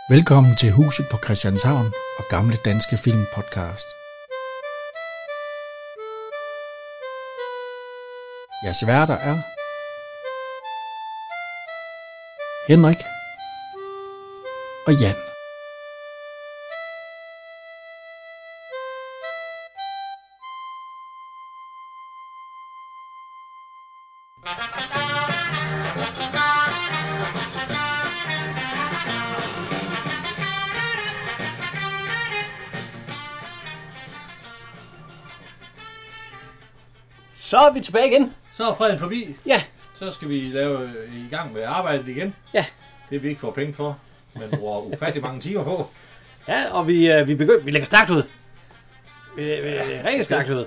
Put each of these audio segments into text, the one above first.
Velkommen til Huset på Christianshavn og Gamle Danske Film Podcast. Jeres værter er Henrik og Jan. Så er vi tilbage igen. Så er freden forbi. Ja. Så skal vi i gang med arbejdet igen. Ja. Det vi ikke får penge for, men bruger ufattelig mange timer på. Ja, og vi lægger stærkt ud. Vi rigtig stærkt ud.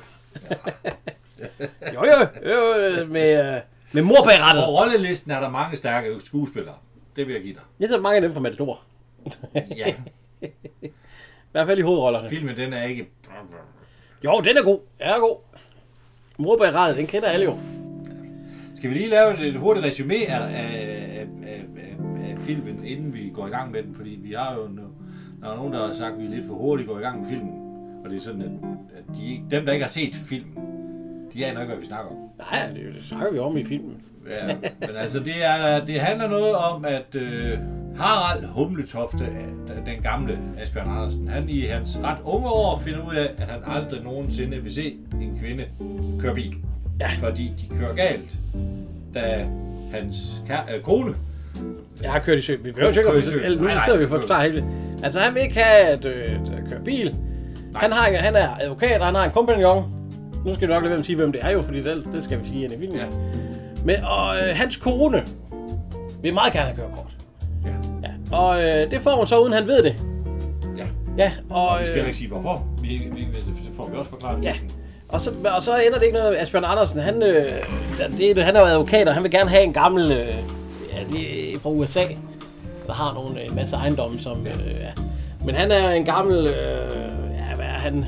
jo, med mor bag rattet. På rollelisten er der mange stærke skuespillere. Det vil jeg give dig. Det er mange af dem fra Matador. Ja. I hvert fald i hovedrollerne. Filmen, den er ikke... Jo, den er god. Er god. Mor bag rattet, den kender alle jo. Skal vi lige lave et hurtigt resumé af filmen, inden vi går i gang med den? Fordi vi har jo... Der er nogen, der har sagt, at vi er lidt for hurtigt går i gang med filmen. Og det er sådan, at dem, der ikke har set filmen, de aner ikke, hvad vi snakker om. Nej, det snakker vi om i filmen. Ja, men altså det handler noget om, at Harald Humletofte, den gamle Asbjørn Andersen, han i hans ret unge år finder ud af, at han aldrig nogensinde vil se en kvinde køre bil. Ja. Fordi de kører galt, da hans kone... Jeg har kørt i sø. Vi behøver ikke at fortælle. Nu sidder vi for at forklare helt. Altså, han vil ikke have at køre bil. Han er advokat, og han har en kompagnon. Nu skal du nok lade være med at sige, hvem det er jo, fordi det skal vi sige i filmen. Ja. Men, hans kone vil meget gerne have kørekort. Ja. Og det får hun så, uden han ved det. Ja. Ja, og... Vi skal ikke sige, hvorfor. Det får vi også forklaret. Ja. Og så ender det ikke noget. Asbjørn Andersen, han er jo advokat, og han vil gerne have en gammel... det er fra USA, der har en masse ejendomme, som... Ja. Men han er en gammel... hvad er han?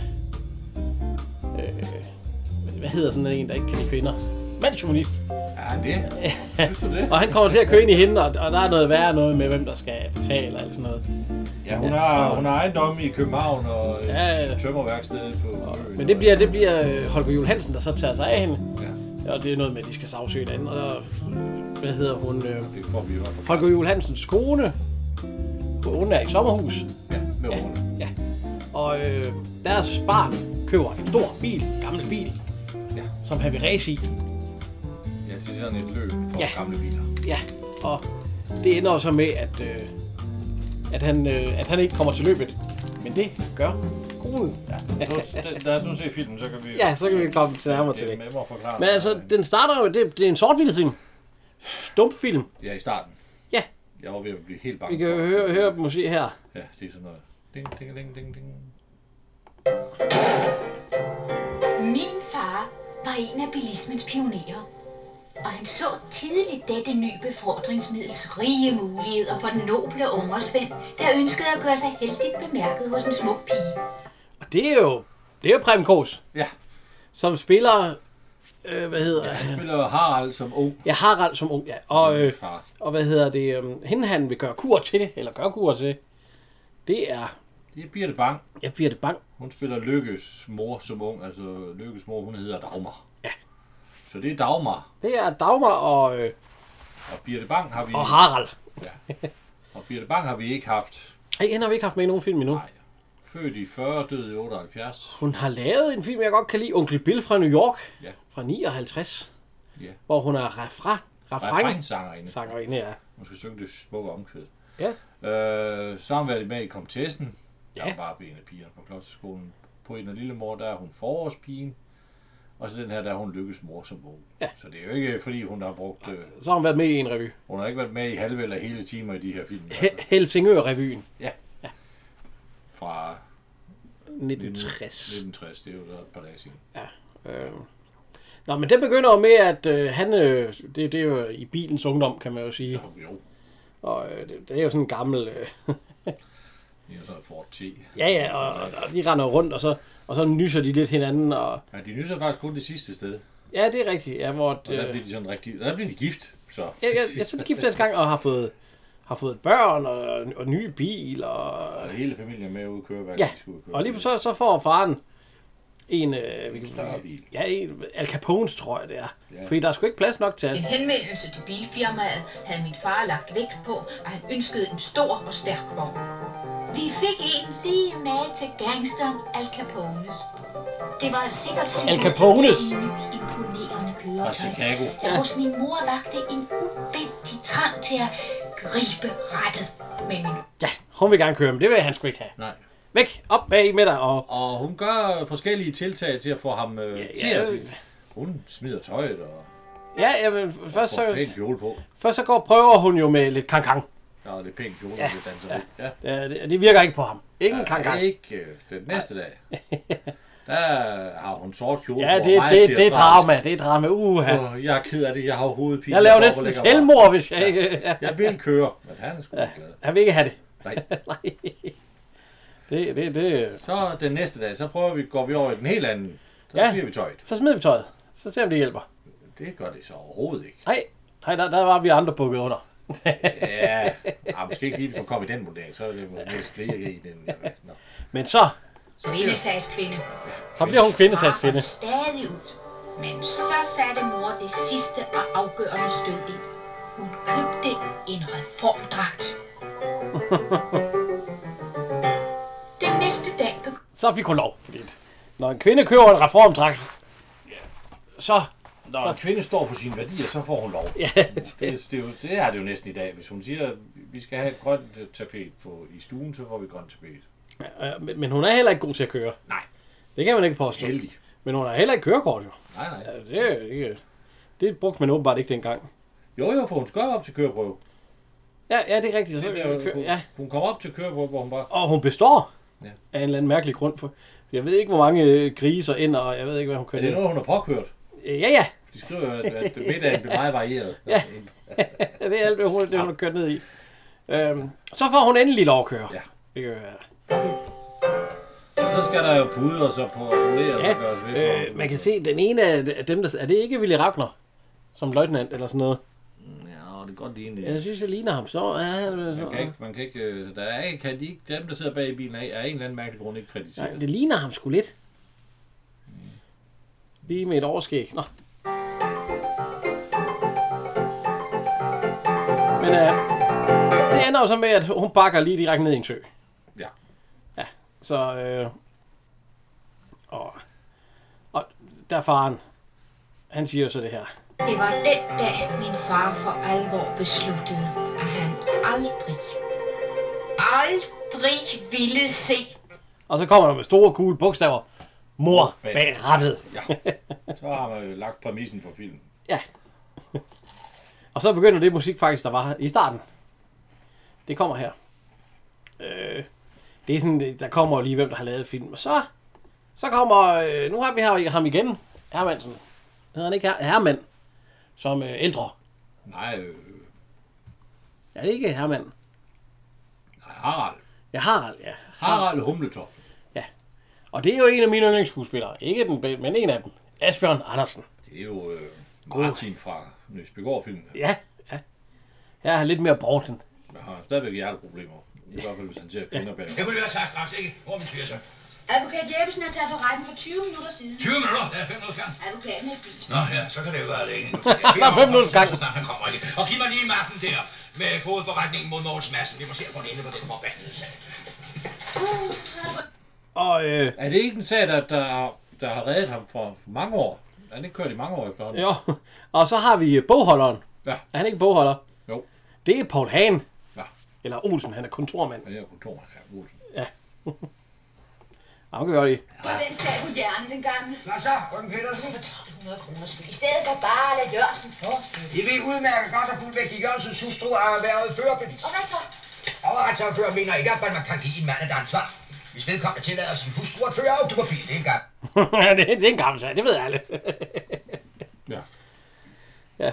Hvad hedder sådan en, der ikke kan lide kvinder? Mandsjournalist. Ja, det. Og han kommer til at køre ind i hende, og der er noget værre noget med, hvem der skal betale eller sådan noget. Ja, hun har ejendomme i København og tømmerværkstedet på... Men det bliver Holger Juhl Hansen, der så tager sig af hende. Ja. Og det er noget med, at de skal sagsøge hinanden. Og hvad hedder hun? Holger Juhl Hansens kone. Hun er i sommerhus. Ja, med ungerne. Ja. Og deres barn køber en stor bil, gammel bil, som han vil race i. Ja, det er sådan et løb for gamle biler. Ja, og det ender så med, at han ikke kommer til løbet. Men det gør konen. Ja. Lad os nu se filmen, så kan vi... Ja, så kan vi komme til nærmere til det. Men altså, den starter jo, det er en sort-hvid film. Stumfilm. Ja, i starten. Ja. Jeg var ved at blive helt bange. Vi kan høre musik her. Ja, det er sådan noget. Ding, ding, ding, ding, ding. Min far var en af bilismens pionerer, og han så tidligt dette nye befordringsmiddels rige muligheder for den noble ungersvend, der ønskede at gøre sig heldigt bemærket hos en smuk pige. Og det er jo Preben Kaas, som spiller... hvad hedder han? Spiller Harald som ung. Ja, Harald som ung, ja. Og hvad hedder det? Hende han vil gøre kur til, det er... Det er Birte Bang. Ja, Birte Bang. Hun spiller Lykkes mor som ung. Altså Lykkes mor, hun hedder Dagmar. Ja. Så det er Dagmar. Det er Dagmar og Birte Bang har vi... Og Harald. Ja. Og Birte Bang har vi ikke haft... Nej, hende har vi ikke haft med i nogen film endnu. Nej. Født i 40, død i 78. Hun har lavet en film, jeg godt kan lide. Onkel Bill fra New York. Ja. Fra 59. Ja. Hvor hun er refrængsangerinde. Ja. Hun skal synge det smukke omkvæd. Ja. Så har hun været med i Komtessen. Der var bare en af pigerne på Klosterskolen. På En af Lillemor, der er hun forårspigen. Og så den her, der er hun Lykkes mor som ung. Ja. Så det er jo ikke, fordi hun har brugt... Så har hun været med i en revy. Hun har ikke været med i halve eller hele timer i de her film. Helsingør-revyen. Ja. Fra 1960. 1960, det er jo der et par dage siden. Ja. Nå, men det begynder jo med, at han... det er jo i bilens ungdom, kan man jo sige. Jo. Og det er jo sådan en gammel... Det er sådan et Ford T. Ja, og de render rundt, og så nyser de lidt hinanden. Og... Ja, de nyser faktisk kun det sidste sted. Ja, det er rigtigt. Ja, hvor og der bliver de sådan rigtig... Der bliver de gift, så... Ja, så de gift deres gang og har fået har fået børn og nye bil. Og hele familien med ude at køre, hvad ja, de skulle køre. Og lige så får faren en større bil. Ja, en Al Capones, tror jeg det er. Ja. Fordi der er sgu ikke plads nok til En henvendelse til bilfirmaet havde min far lagt vægt på, at han ønskede en stor og stærk vogn. Vi fik en lige med til gangsteren Al Capones. Det var sikkert Al Capones? imponerende Fra køretøj. Chicago. Ja. Hos min mor vagte en ubændig trang til at gribe rettet. Men min Ja, hun vil gerne køre, men det vil han sgu ikke have. Nej. Væk, op bag med dig, Og hun gør forskellige tiltag til at få ham til at sige. Hun smider tøjet og men først får pænt kjole på. prøver hun jo med lidt kankang. Ja, det er pænt kjole, ja. Det danser lidt. Ja. Det virker ikke på ham. Ingen kankang. Ikke den næste dag. Der har hun sort kjole Ja, på. det er drama. Det er drama. Jeg er ked af det. Jeg har hovedpine. Jeg laver næsten selvmord, hvis jeg ikke... Jeg vil køre, men han er sgu ikke glad. Han vil ikke have det. Nej. Det. Så den næste dag, så går vi over i den helt anden. Så smider vi tøjet. Så smider vi tøjet. Så ser vi, om det hjælper. Det gør det så overhovedet ikke. Nej, der var vi andre bukket under. Ja, måske ikke lige for at komme i den vurdering, så er det måske skrige i den. Men så kvindesagskvinde. så bliver hun kvindesagskvinde. Stadig ud. Men så satte mor det sidste og afgørende stød ind. Hun købte en reformdragt. Den næste dag Så fik hun lov, fordi når en kvinde køber en reformdragt, så... Når en kvinde står på sine værdier, så får hun lov. Ja. Det er det jo næsten i dag. Hvis hun siger, at vi skal have et grønt tapet i stuen, så får vi grønt tapet. Men hun er heller ikke god til at køre. Nej. Det kan man ikke påstå. Heldig. Men hun har heller ikke kørekort, jo. Nej. Det brugte man åbenbart ikke dengang. Jo, for hun skal op til køreprøve. Ja, det er rigtigt. Så, hun kommer op til køreprøve, hvor hun bare... Og hun består Ja. af en eller anden mærkelig grund. For jeg ved ikke, hvor mange griser ind, og jeg ved ikke, hvad hun kører. Er det noget, hun har påkørt? Ja. De skriver, at middagen bliver meget varieret. Ja. Det er alt, hvad hun har kørt ned i. Så får hun endelig lov at køre. Ja. Det kan Og så skal der jo pude og så på og polere. Ja, så gøres ved for. man kan se, den ene af dem, der... Er det ikke Willy Ragnar? Som løjtnant eller sådan noget? Ja, det er godt ligne det. Jeg synes, jeg ligner ham. Man kan ikke, der er ikke, kan de ikke, dem der sidder bag i bilen er en eller anden mærkelig grund ikke kritiseret. Nej, det ligner ham sgu lidt. Lige med et overskæg. Nå. Men det ender jo så med, at hun bakker lige direkte ned i en sø. Ja. Ja, så... Og der faren, han siger jo så det her. Det var den dag, min far for alvor besluttede, at han aldrig ville se. Og så kommer der med store, gule bogstaver. Mor bag rattet. Ja. Så har man jo lagt præmissen for filmen. Ja. Og så begynder det musik faktisk, der var i starten. Det kommer her. Det er sådan, der kommer lige, hvem der har lavet film. Og så kommer, nu har vi ham igen. Hermansen. Hedder han ikke Hermand? Som ældre. Nej, Er det ikke Hermand? Harald. Ja, Harald, ja. Harald Humletop. Ja. Og det er jo en af mine yndlingsskuespillere. Ikke den bedste, men en af dem. Asbjørn Andersen. Det er jo Martin fra Nøsbegård-filmen. Ja. Her er han lidt mere Borten. Jeg har stadigvæk hjerteproblemer. I hvert fald, hvis han ser kvinder bag. Jeg kunne høre sig straks, ikke? Hvor min sviger så? Advokat Jeppesen er taget for retten for 20 minutter siden. 20 minutter? Der er 5 minutter gang. Advokaten er i bil. Nå ja, så kan det jo være længe. Der er 5 minutter gang. Han kommer ikke. Og giv mig lige magten der med fodforretningen mod Mogens Madsen. Vi må se på en ende på den forbandede sag. Og Er det ikke en sag, der har reddet ham for mange år? Han ikke kørt i mange år efterhånden. jo, og så har vi bogholderen. Ja. Er han ikke bogholder? Jo. Det er Paul Hahn. Ja. Eller Olsen, han er kontormand. Ja, det er kontormand. Ja, Olsen. Ja, hun kan gøre det. Og den sag på hjernen dengang. Nå så, Rønne Petersen. For 100 kroner skyld. I stedet for bare at lade Jørgensen fortsætte. I ved udmærket godt, at fuldvægtig Jørgensens hustru har været førerbevis. Og hvad så? Overretsafører mener ikke, at man kan give en mand et ansvar. Hvis vedkommende tillader sin hustru at føre automobil, det er en gang. det er en gammel sag, det ved alle. Ja. Ja,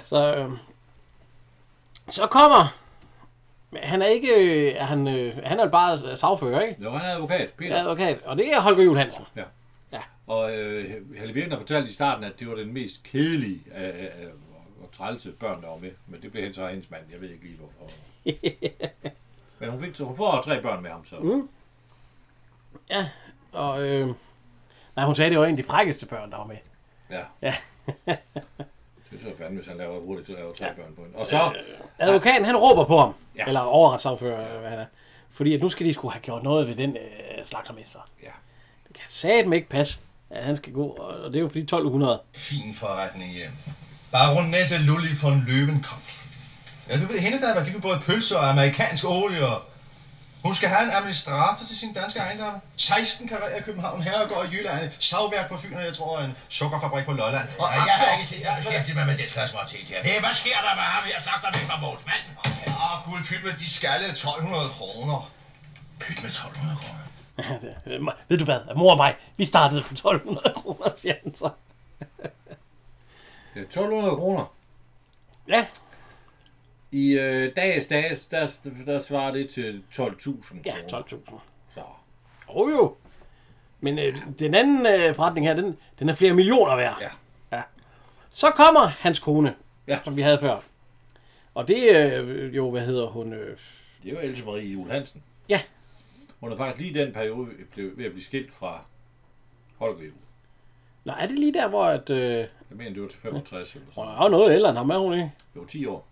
så kommer... Han er ikke... Han er bare sagfører, ikke? Jo, han er advokat. Peter. Ja, advokat. Og det er Holger Juhl Hansen. Ja. Ja. Og Helle Virkner fortalte i starten, at det var den mest kedelige trælse børn, der var med. Men det blev hen så hendes mand. Jeg ved ikke lige, hvorfor. Men hun får 3 børn med ham, så. Mm. Ja, og... nej, hun sagde, det var en af de frækkeste børn, der var med. Ja. Det er så fandme, hvis han laver hurtigt, så laver 3 børn på hende. Og så... Advokaten, han råber på ham. Ja. Eller overretssagfører, hvad han er. Fordi at nu skal de skulle have gjort noget ved den slagtermester. Ja. Det kan satme ikke passe, at han skal gå, og det er jo fordi 1200. Fin forretning hjem. Baronesse Lully von Løvenkopf. Ja, du ved, hende der var givet både pølser og amerikansk olie, og hun skal have en administrator til sin danske ejendom. 16 karrierer i København, herregård i Jylland, savværk på Fyn, og jeg tror en sukkerfabrik på Lolland. Og jeg har ikke tid, jeg beskæftiger mig med den slags småting her. Hey, hvad sker der med ham her, slagtermester Mogens Mand? Gud, pyt med de skaldede 1200 kroner. Pyt med 1200 kroner? Ved du hvad, mor og mig, vi startede for 1200 kroner, siger han så. Ja, 1200 kroner. Ja. I dags, der svarer det til 12.000 kroner. Ja, 12.000. Så. Jo. Men den anden forretning her, den er flere millioner værd. Ja. Så kommer hans kone, som vi havde før. Og det er jo, hvad hedder hun? Det er jo Else Marie Juel Hansen. Ja. Hun er faktisk lige i den periode ved at blive skilt fra Holger Juel. Nå, er det lige der, hvor at... Jeg mener, det var til 65 eller sådan. Hun er jo noget ældre end ham, er hun ikke? Jo, 10 år.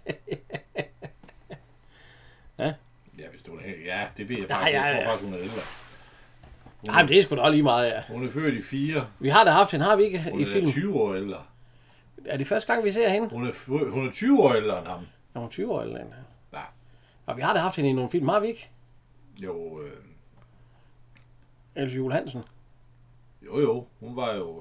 Ja. Ja, hvis du er ja, det ved jeg faktisk. Jeg tror faktisk, hun er ældre. Nej, men det er sgu da også lige meget, ja. Hun er født i 4. Vi har da haft hende, har vi ikke, hun i film? Hun er 20 år ældre. Er det første gang, vi ser hende? Hun er 20 år ældre end ham. Er hun 20 år ældre end ham? Ja. Og vi har da haft hende i nogle film, har vi ikke? Jo, Else Juel Hansen. Jo, hun var jo...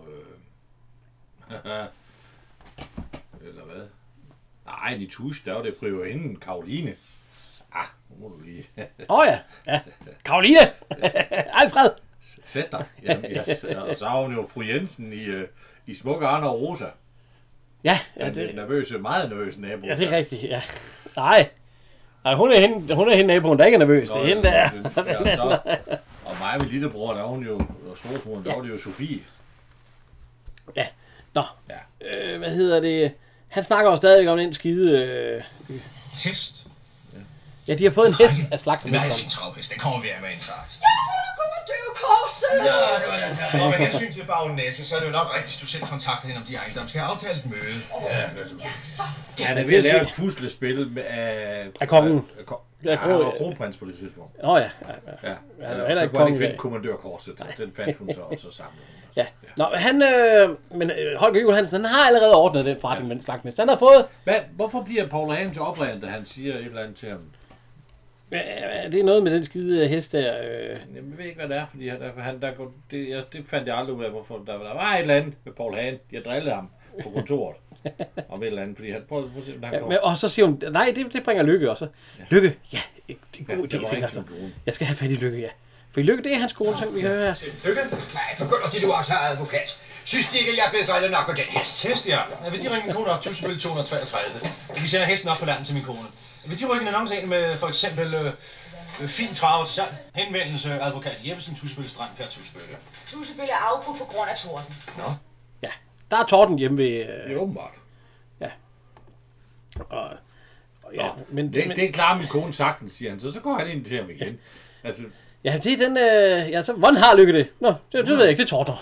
eller hvad? Nej, de tusch, der var det priverinden Karoline. Nu må du lige... ja. Karoline! Alfred! Sæt dig. Og så har hun jo fru Jensen i Smukke Arne og Rosa. Ja, det er meget nervøs nabo. Ja, det er rigtigt, ja. Nej, hun er hende naboen, der ikke er nervøs. Det er hende, der. Og mig med lillebror, der er hun jo, og storebroren, der var det jo Sofie. Ja, nå. Ja. Hvad hedder det? Han snakker jo stadig om den skide... Hest? Ja, de har fået en hest af slagtermesteren. Nej, sin travhest, den kommer vi af med en fart. Jeg har fundet korset! Ja, og med hensyn til baronesse, så er det jo nok rigtigt, at du selv kontakter hende om de ejendomme. Skal jeg aftale et møde? Ja, så. Han er ved at lave et puslespil af kongen. Og kronprins på det tidspunkt. Ja. Ja. Så kunne han ikke finde kommandørkorset. Den fandt hun så sammen. Ja. Nå, men Holger Juel Hansen, han har allerede ordnet den forretning med den slagtmester. Han har fået... Hvorfor bliver Paul Hagen så oprevet, da han siger et eller andet til ham? Ja, det er noget med den skide hest der. Jeg ved ikke, hvad det er, fordi det fandt jeg aldrig ud af, hvorfor der var et eller andet med Paul Hagen. Jeg drillede ham på kontoret om et eller andet, fordi han prøvede at se, hvordan han kom. Og så siger hun, nej, det bringer Lykke også. Ja. Lykke, ja, det er god idé, tænker jeg. Jeg skal have fat i Lykke, ja. For Lykke, det er hans kone, som vi kan høre her. Lykke? Nej, begynder de du også har advokat. Synes de ikke, at jeg er blevet drillet nok med den hest? Hest, ja. Jeg vil de ringe min kone op, selvfølgelig 233. Vi sender hesten op på landet til min kone. Vil de rykke en annonce ind med for eksempel fin traver til salg? Henvendelse advokat Jeppesen, Tusebølle Strand, Per Tusebølle. Tusebølle er afbrudt på grund af torden. Nå. Ja, der er torden hjemme ved... Jo, åbenbart. Ja. Og ja, men det klarer min kone sagtens, siger han. Så går han ind til ham igen. Altså... Ja, det er den... ja, så hvordan har Lykke det? Nå, det ved jeg ikke, det tordner.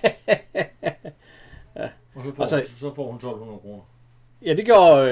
Ja. Og så får hun 1200 kroner. Ja, det gjorde...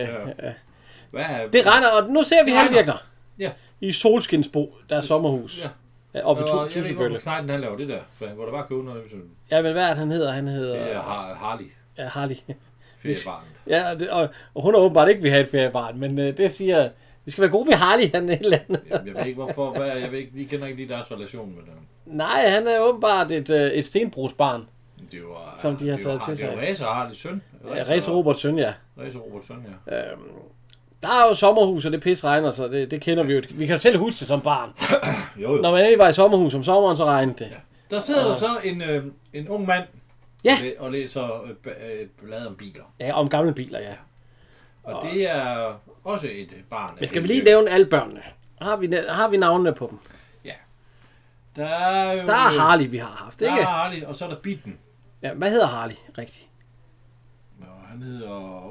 Det regner, og nu ser vi Halvvirkner. Ja. I Solskinsbo, der er sommerhus. Ja. Oppe ved Tusebølle. Jeg ved ikke, hvorfor Knejten han laver det der, for han går da bare købe noget. Ja, men hvad er det, han hedder? Han hedder... Det er Harley. Ja, Harley. Feriebarnet. Ja, og hun har åbenbart ikke vil have et feriebarn, men det siger... Vi skal være gode ved Harley, han et eller andet. Jamen, jeg ved ikke hvorfor, jeg ved ikke, de kender ikke lige deres relation med dem. Nej, han er åbenbart et stenbrugsbarn. Det var, som de har taget til sig. Det var Racer Harleys søn. Racer Roberts søn, ja. Racer Roberts søn, ja. Der er jo sommerhus, og det pis regner, så det kender vi jo. Vi kan jo selv huske det som barn. jo. Når man ikke var i sommerhus om sommeren, så regnede det. Ja. Der sidder der så en ung mand og læser et blad om biler. Ja, om gamle biler, ja. Og det er også et barn. Men skal vi lige nævne alle børnene? Har vi navnene på dem? Ja. Der er Harley, vi har haft, ikke? Der er Harley, og så er der Bitten. Ja, hvad hedder Harley, rigtigt? Han hedder...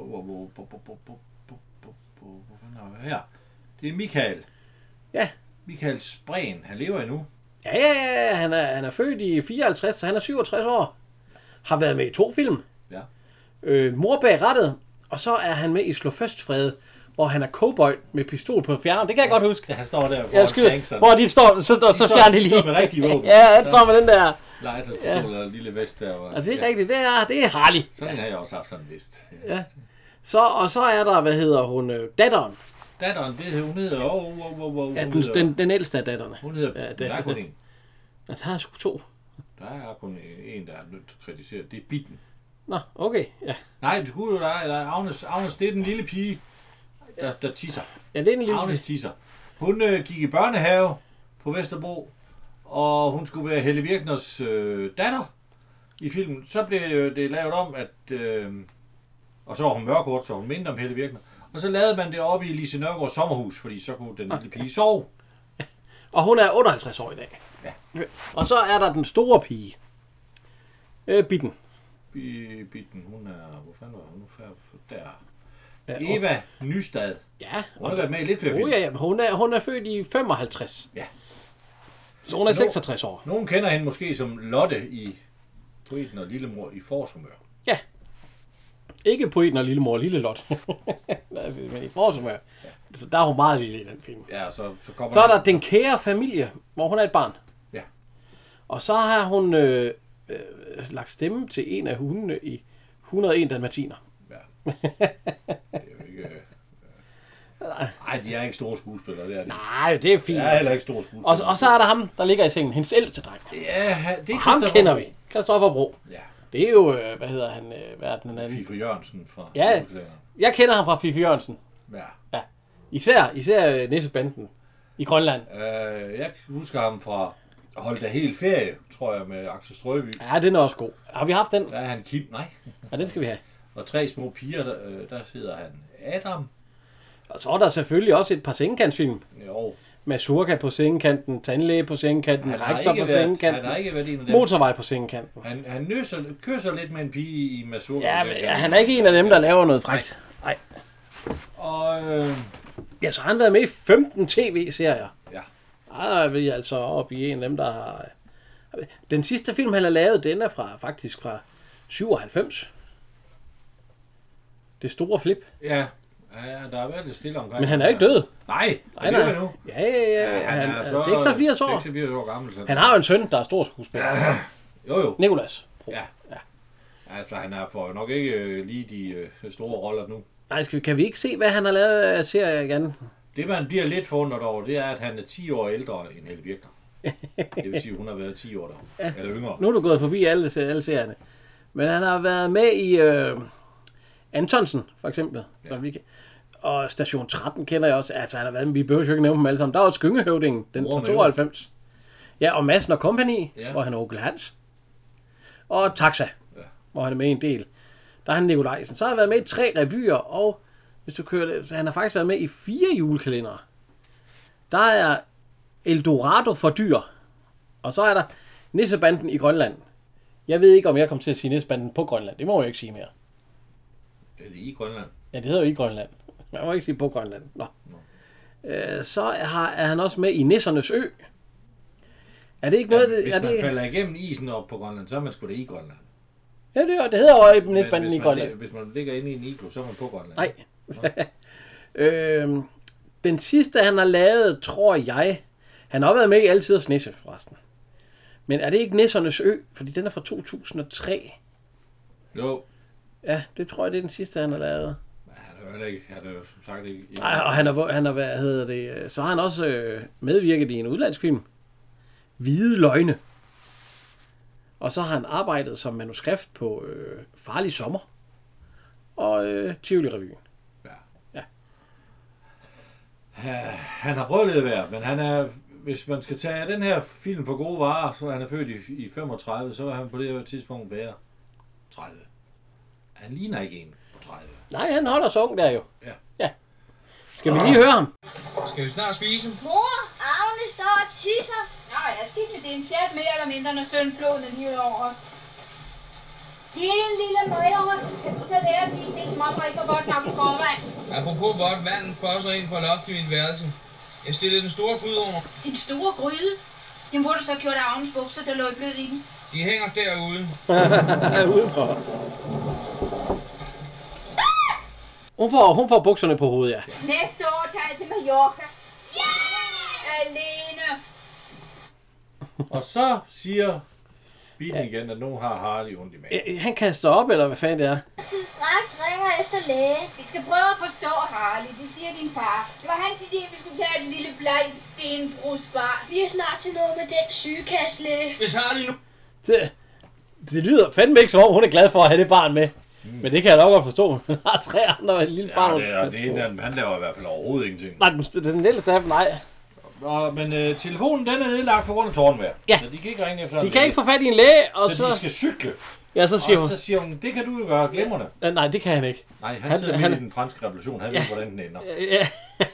Hvor fanden er her? Det er Michael. Ja. Michael Spreen. Han lever endnu. Ja. Han er født i 54, så han er 67 år. Har været med i 2 film. Ja. Mor bag rattet. Og så er han med i Slå først Frede, hvor han er cowboy med pistol på fjern. Det kan jeg godt huske. Ja, han står der foran tanksen. Hvor de står, så fjerner de lige. De står med rigtig våben. Ja, han står med den der. Legetøjspistol og lille vest der. Ja, det er rigtigt. Det er Harley. Sådan har jeg også haft sådan en vest. Ja. Så er der, hvad hedder hun, datteren. Datteren, hun hedder... Den ældste af datterne. Hun hedder... Der er kun en. Der er sgu 2. Der er kun en, der er nødt til at kritisere. Det er Bitten. Nå, okay, ja. Nej, det skulle jo der. Agnes, det er den lille pige, der tisser. Ja, det er den lille Agnes tisser. Hun gik i børnehave på Vesterbro, og hun skulle være Helle Virkners datter i filmen. Så blev det lavet om, at... og så var hun mørkort, så hun mindre om Helle Virkner. Og så lavede man det oppe i Lise Nørgaards sommerhus, fordi så kunne den lille pige sove. Og hun er 58 år i dag. Ja. Og så er der den store pige. Bitten. Bitten, hun er... Hvor fanden var hun nu? Der. Eva Nystad. Ja. Hun har været med i lidt flere film. Ja, hun er født i 55. Ja. Så hun er 66 år. Nogen kender hende måske som Lotte i Poeten og Lillemor i Forårshumør. Ja. Ikke Poeten og Lillemor og Lille Lot. Men i Forårshumør. Ja. Så der er hun meget lille i den film. Ja, så er der Den kære familie, hvor hun er et barn. Ja. Og så har hun lagt stemme til en af hundene i 101 dalmatiner. Ja. Det er jo ikke... Nej, de er ikke store skuespillere, det er de. Nej, det er fint. Det er heller ikke store skuespillere. Og så er der ham, der ligger i sengen, hendes ældste dreng. Ja, det er ham kender vi. Christoffer Bro. Ja. Det er jo, hvad hedder han, hvad er den anden? Fifi Jørgensen fra... Ja, jeg kender ham fra Fifi Jørgensen. Ja. Især Nissebanden i Grønland. Jeg husker ham fra Hold da helt ferie, tror jeg, med Axel Strøby. Ja, den er også god. Har vi haft den? Der er han Kim, nej. Ja, den skal vi have. Og 3 små piger, der hedder han Adam. Og så er der selvfølgelig også et par sengekantsfilm. Jo. Mazurka på sengekanten, tandlæge på sengekanten, rektor på sengekanten, han har ikke været en af dem. Motorvej på sengekanten. Han kysser lidt med en pige i Mazurka. Ja, han er ikke en af dem, der laver noget frækt. Nej. Og... Ja, så har han været med i 15 tv-serier. Ja. Der er vi altså oppe i en af dem, der har... Den sidste film, han har lavet, den er faktisk fra 97. Det store flip. Ja, der har været lidt stille omkring. Men han er ikke død. Nej, han lever endnu. Ja, han er 86 år. 86 år gammel. Så. Han har jo en søn, der er stor skuespiller. Ja. Jo. Nicolas. Ja. Altså, han får jo nok ikke lige de store roller nu. Nej, kan vi ikke se, hvad han har lavet af serier igen? Det, man bliver lidt forundret over, det er, at han er 10 år ældre end Helle Virkner. Det vil sige, at hun har været 10 år der. Ja. Eller yngre. Nu er du gået forbi alle serierne. Men han har været med i Antonsen, for eksempel. Ja. Og Station 13 kender jeg også. Altså, han har været med, vi behøver jo ikke nævne dem alle sammen. Der er også Skyngehøvdingen, den fra 92. Ja, og Madsen og Company, hvor han er onkel Hans. Og Taxa, hvor han er med i en del. Der er han Nikolajsen. Så har han været med i 3 revyer, og hvis du kører det, så han har faktisk været med i 4 julekalendere. Der er Eldorado for dyr, og så er der Nissebanden i Grønland. Jeg ved ikke, om jeg kommer til at sige Nissebanden på Grønland. Det må jeg ikke sige mere. Er det i Grønland? Ja, det hedder jo i Grønland. Jeg må ikke sige på Grønland. Nå. Så er han også med i Nissernes Ø. Er det ikke noget... Hvis man falder igennem isen op på Grønland, så er man sgu da i Grønland. Ja, det hedder jo Nissebanden i Grønland. Hvis man ligger inde i en iglo, så er man på Grønland. Nej. Den sidste, han har lavet, tror jeg... Han har også været med i Altiders Nisse, forresten. Men er det ikke Nissernes Ø? Fordi den er fra 2003. Jo. Ja, det tror jeg, det er den sidste, han har lavet. Han er jo som sagt ikke... Nej, og han har hvad hedder det... Så har han også medvirket i en udlandsfilm. Hvide løgne. Og så har han arbejdet som manuskript på Farlig Sommer. Og Tivoli-revyen. Ja. Han har prøvet lidt værd, men han er... Hvis man skal tage den her film for gode varer, så er han født i 35, så var han på det her tidspunkt være 30. Han ligner ikke en på 30. Nej, han holder så ung der jo. Ja. Skal vi lige høre ham? Skal vi snart spise? Mor, Agne står og tisser. Nå, jeg skal ikke, det er en chat mere eller mindre, når sønfloden er lige over os. Din lille møgunge, kan du så lære at sige til, som om ikke var godt nok i forvejen? Apropos vådt vand, fosser ind fra loft i mit værelse. Jeg stillede den store gryde over. Din store gryde? Jamen, hvor du så gjort af Agnes bukser, der lå i blød i den? De hænger derude. Udenfor. Hun får bukserne på hovedet, ja. Næste år tager jeg til Mallorca. Ja! Alene. Og så siger bilen igen, at nu har Harley ondt i maven. Han kaster op, eller hvad fanden det er? Straks ringer efter læge. Vi skal prøve at forstå Harley, det siger din far. Det var hans idé, at vi skulle tage et lille blegt stenbrusbar. Vi er snart til noget med den sygekasselæge. Hvis Harley nu... Det lyder fandme ikke, som om hun er glad for at have det barn med. Men det kan jeg nok godt forstå. Hun har 3 andre og et lille barn. Ja, det er en af dem. Han laver i hvert fald overhovedet ingenting. Nej, den ældste af dem, nej. Men telefonen, den er nedlagt på grund af tårnvejr. Ja. Så de kan ikke ringe efter De kan ikke få fat i en læge, og så... de skal cykle. Ja, så siger hun... Og så siger hun, det kan du jo gøre, glemmer det. Nej, det kan han ikke. Nej, han sidder midt i den franske revolution. Han ved, hvordan den ender. Ja.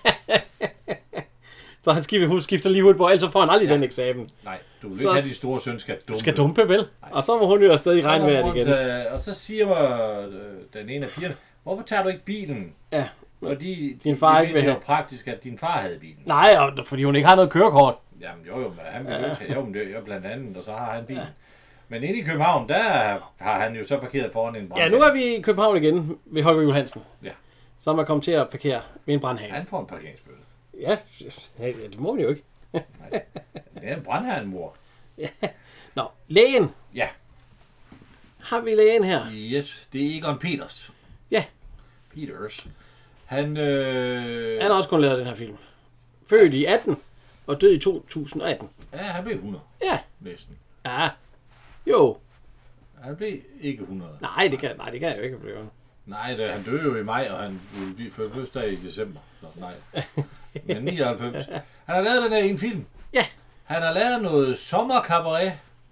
Så hun skifter lige ud på, ellers får han aldrig den eksamen. Nej, du vil ikke have de store søn skal dumpe, vel? Nej. Og så må hun jo afsted i regnvejret igen. Og så siger den ene af pigerne, hvorfor tager du ikke bilen? Ja. Fordi din far ikke vil have. Det var praktisk, at din far havde bilen. Nej, fordi hun ikke har noget kørekort. Jamen jo, men han vil jo ikke. Jo, men det er blandt andet, og så har han bilen. Ja. Men inde i København, der har han jo så parkeret foran en brandhane. Ja, nu er vi i København igen ved Holger Johansen. Ja. Så er man kommet til at parkere ved en brandhane. Han får en parkeringsbøde. Ja, det må man jo ikke. Nej, det er en brandhanemor. Ja. Nå, lægen. Ja. Har vi lægen her? Yes, det er Egon Peters. Ja. Peters. Han har også kun lavet den her film. Født i 18 og død i 2018. Ja, han blev 100. Ja. Næsten. Ja. Jo. Han blev ikke 100. Nej, det kan jeg jo ikke blive. Nej, han døde jo i maj, og han blev fødselsdag i december. Så nej. Men 99. Han har lavet den her en film. Ja. Han har lavet noget sommercabaret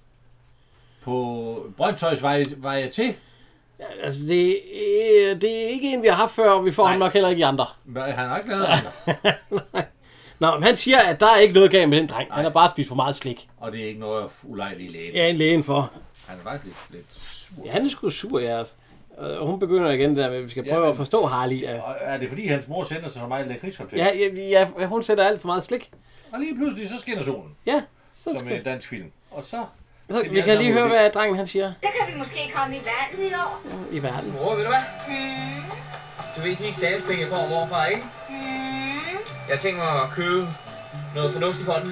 på Brøndshøjs Varieté. Ja, altså, det er ikke en, vi har haft før, og vi får ham nok heller ikke i andre. Nej, han har ikke lavet andre. Nå, men han siger, at der er ikke noget galt med den dreng. Han har bare spist for meget slik. Og det er ikke noget ulejligt lægen. Ja, en lægen for. Han er faktisk lidt sur. Ja, han er sgu sur, ja. Og hun begynder igen der med, at vi skal prøve at forstå Harley. Er det fordi, hans mor sender sig så meget lakridskonfekt? Ja, hun sætter alt for meget slik. Og lige pludselig, så skinner solen. Ja. Som en dansk film. Og så vi kan lige høre, hvad drengen han siger. Der kan vi måske komme i vandet i år. I verden. Mor, ved du hvad? Du ved, de eksamenspenge, jeg får morfra, ikke? Jeg tænker mig at købe noget fornuftigt for den.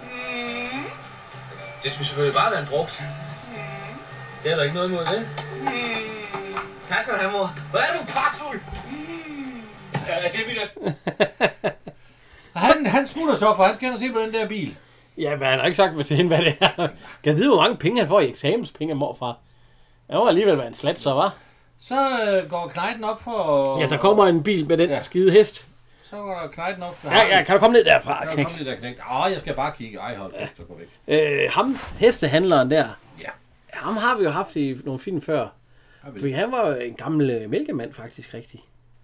Det skal selvfølgelig bare være en brugt. Det er der ikke noget imod det. Tak skal du have, mor. Hvor er du pragtfuld? Ja, det vil han smutter så, for han skal se på den der bil. Ja, men han har ikke sagt til hende, hvad det er. Kan jeg vide, hvor mange penge han får i eksamenspenge morfra? Det må alligevel være en slat, så var. Så går knejten op for... Ja, der kommer en bil med den skide hest. Så går der knejten op for... Ja, kan du komme ned derfra, knæk? Kan du komme ned der, knæk? Jeg skal bare kigge. Ej, hold kæft, så gå væk. Ham, hestehandleren der. Ja. Ham har vi jo haft i nogle film før. Fordi han var jo en gammel mælkemand, faktisk, rigtig.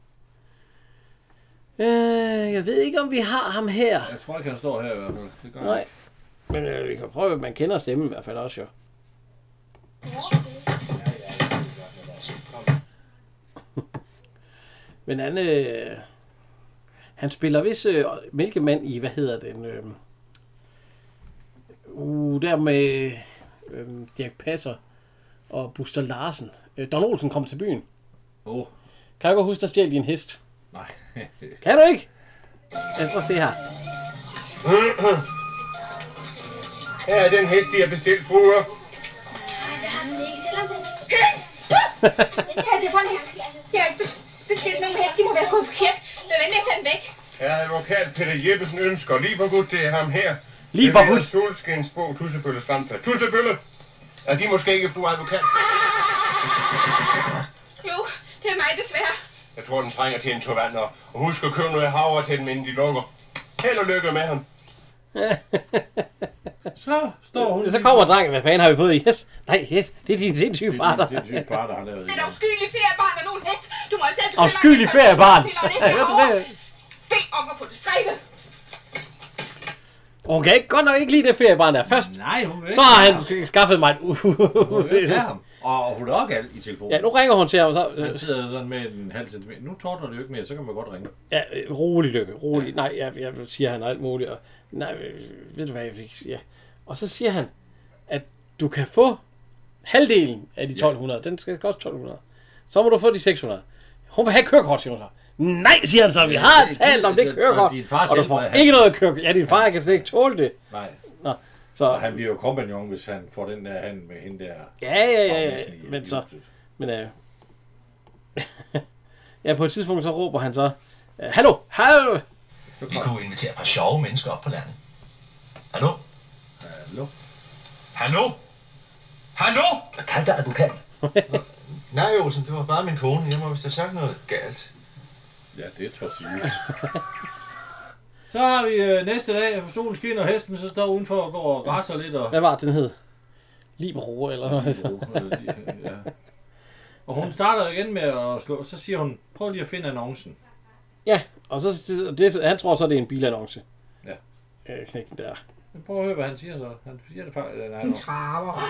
Jeg ved ikke, om vi har ham her. Jeg tror ikke, han står her i hvert fald. Det gør nej. Men vi kan prøve, at man kender stemmen i hvert fald også, jo. Men han spiller vist mælkemand i, hvad hedder den? Der med Dirch Passer og Buster Larsen. Don Olsen kom til byen. Kan jeg godt huske, der stjal din hest? Nej. Kan du ikke? Lad os se her. Her er den hest, de har bestilt, fruer. Nej, det har han ikke, selvom det... Ja, det er for en hest. Jeg har ikke bestilt nogen hest. De må være gået forkert. Det er venlig at tage den væk. Herre advokat Peter Jeppesen ønsker lige på gud, det er ham her. Lige på gud. Solskinsbog, Tussebølle Strandpad. Tussebølle! Er de måske ikke fru advokat? Jo, det er mig desværre. Jeg tror, den trænger til en tog vand, og husk at købe noget havre til dem, inden de lukker. Held og lykke med ham. Så står hun. Så kommer drengen. Hvad fanden har vi fået i hest? Nej, hest. Det er din sindssyge far, der. Det er din sindssyge far, der har lavet det. Det er afskyelige feriebarn og nogen hest. Du må selv... Afskyelige feriebarn. Bed om at få det skrevet. Hun kan ikke godt nok ikke lide det feriebarn der først. Nej, hun vil så har han skaffet mig en Og hun er også galt i telefonen. Ja, nu ringer hun til ham, så... Han sidder sådan med en halv centimeter. Nu tordner det jo ikke mere, så kan man godt ringe. Ja, rolig, Lykke, rolig. Ja. Nej, jeg siger han alt muligt. Og, nej, ved du hvad, jeg fik... Ja. Og så siger han, at du kan få halvdelen af de 1200. Den skal koste 1200. Så må du få de 600. Hun vil have kørekort, siger hun så. Nej, siger han så, vi har talt om det kørekort. Og du får ikke noget kørekort. Ja, din far kan slet ikke tåle det. Nej. Nå, så... Og han bliver jo kompagnon, hvis han får den der hand med hende der... Ja. Men så... Men ja, på et tidspunkt så råber han så... Hallo! Vi kunne invitere et par sjove mennesker op på landet. Hallo? Hvad kan der, at du kan? Nej, Olsen, det var bare min kone. Jeg må vist have sagt noget galt. Ja, det tror jeg. Så har vi næste dag, hvor solen skinner, og hesten så står udenfor og går og græsser lidt. Og... Hvad var den hed? Libero, eller noget? Ja. Og hun starter igen med at slå, så siger hun, prøv lige at finde annoncen. Ja, og så han tror så, det er en bilannonce. Ja. Knækken der. Prøv at høre, hvad han siger så. Han siger det faktisk. En traver.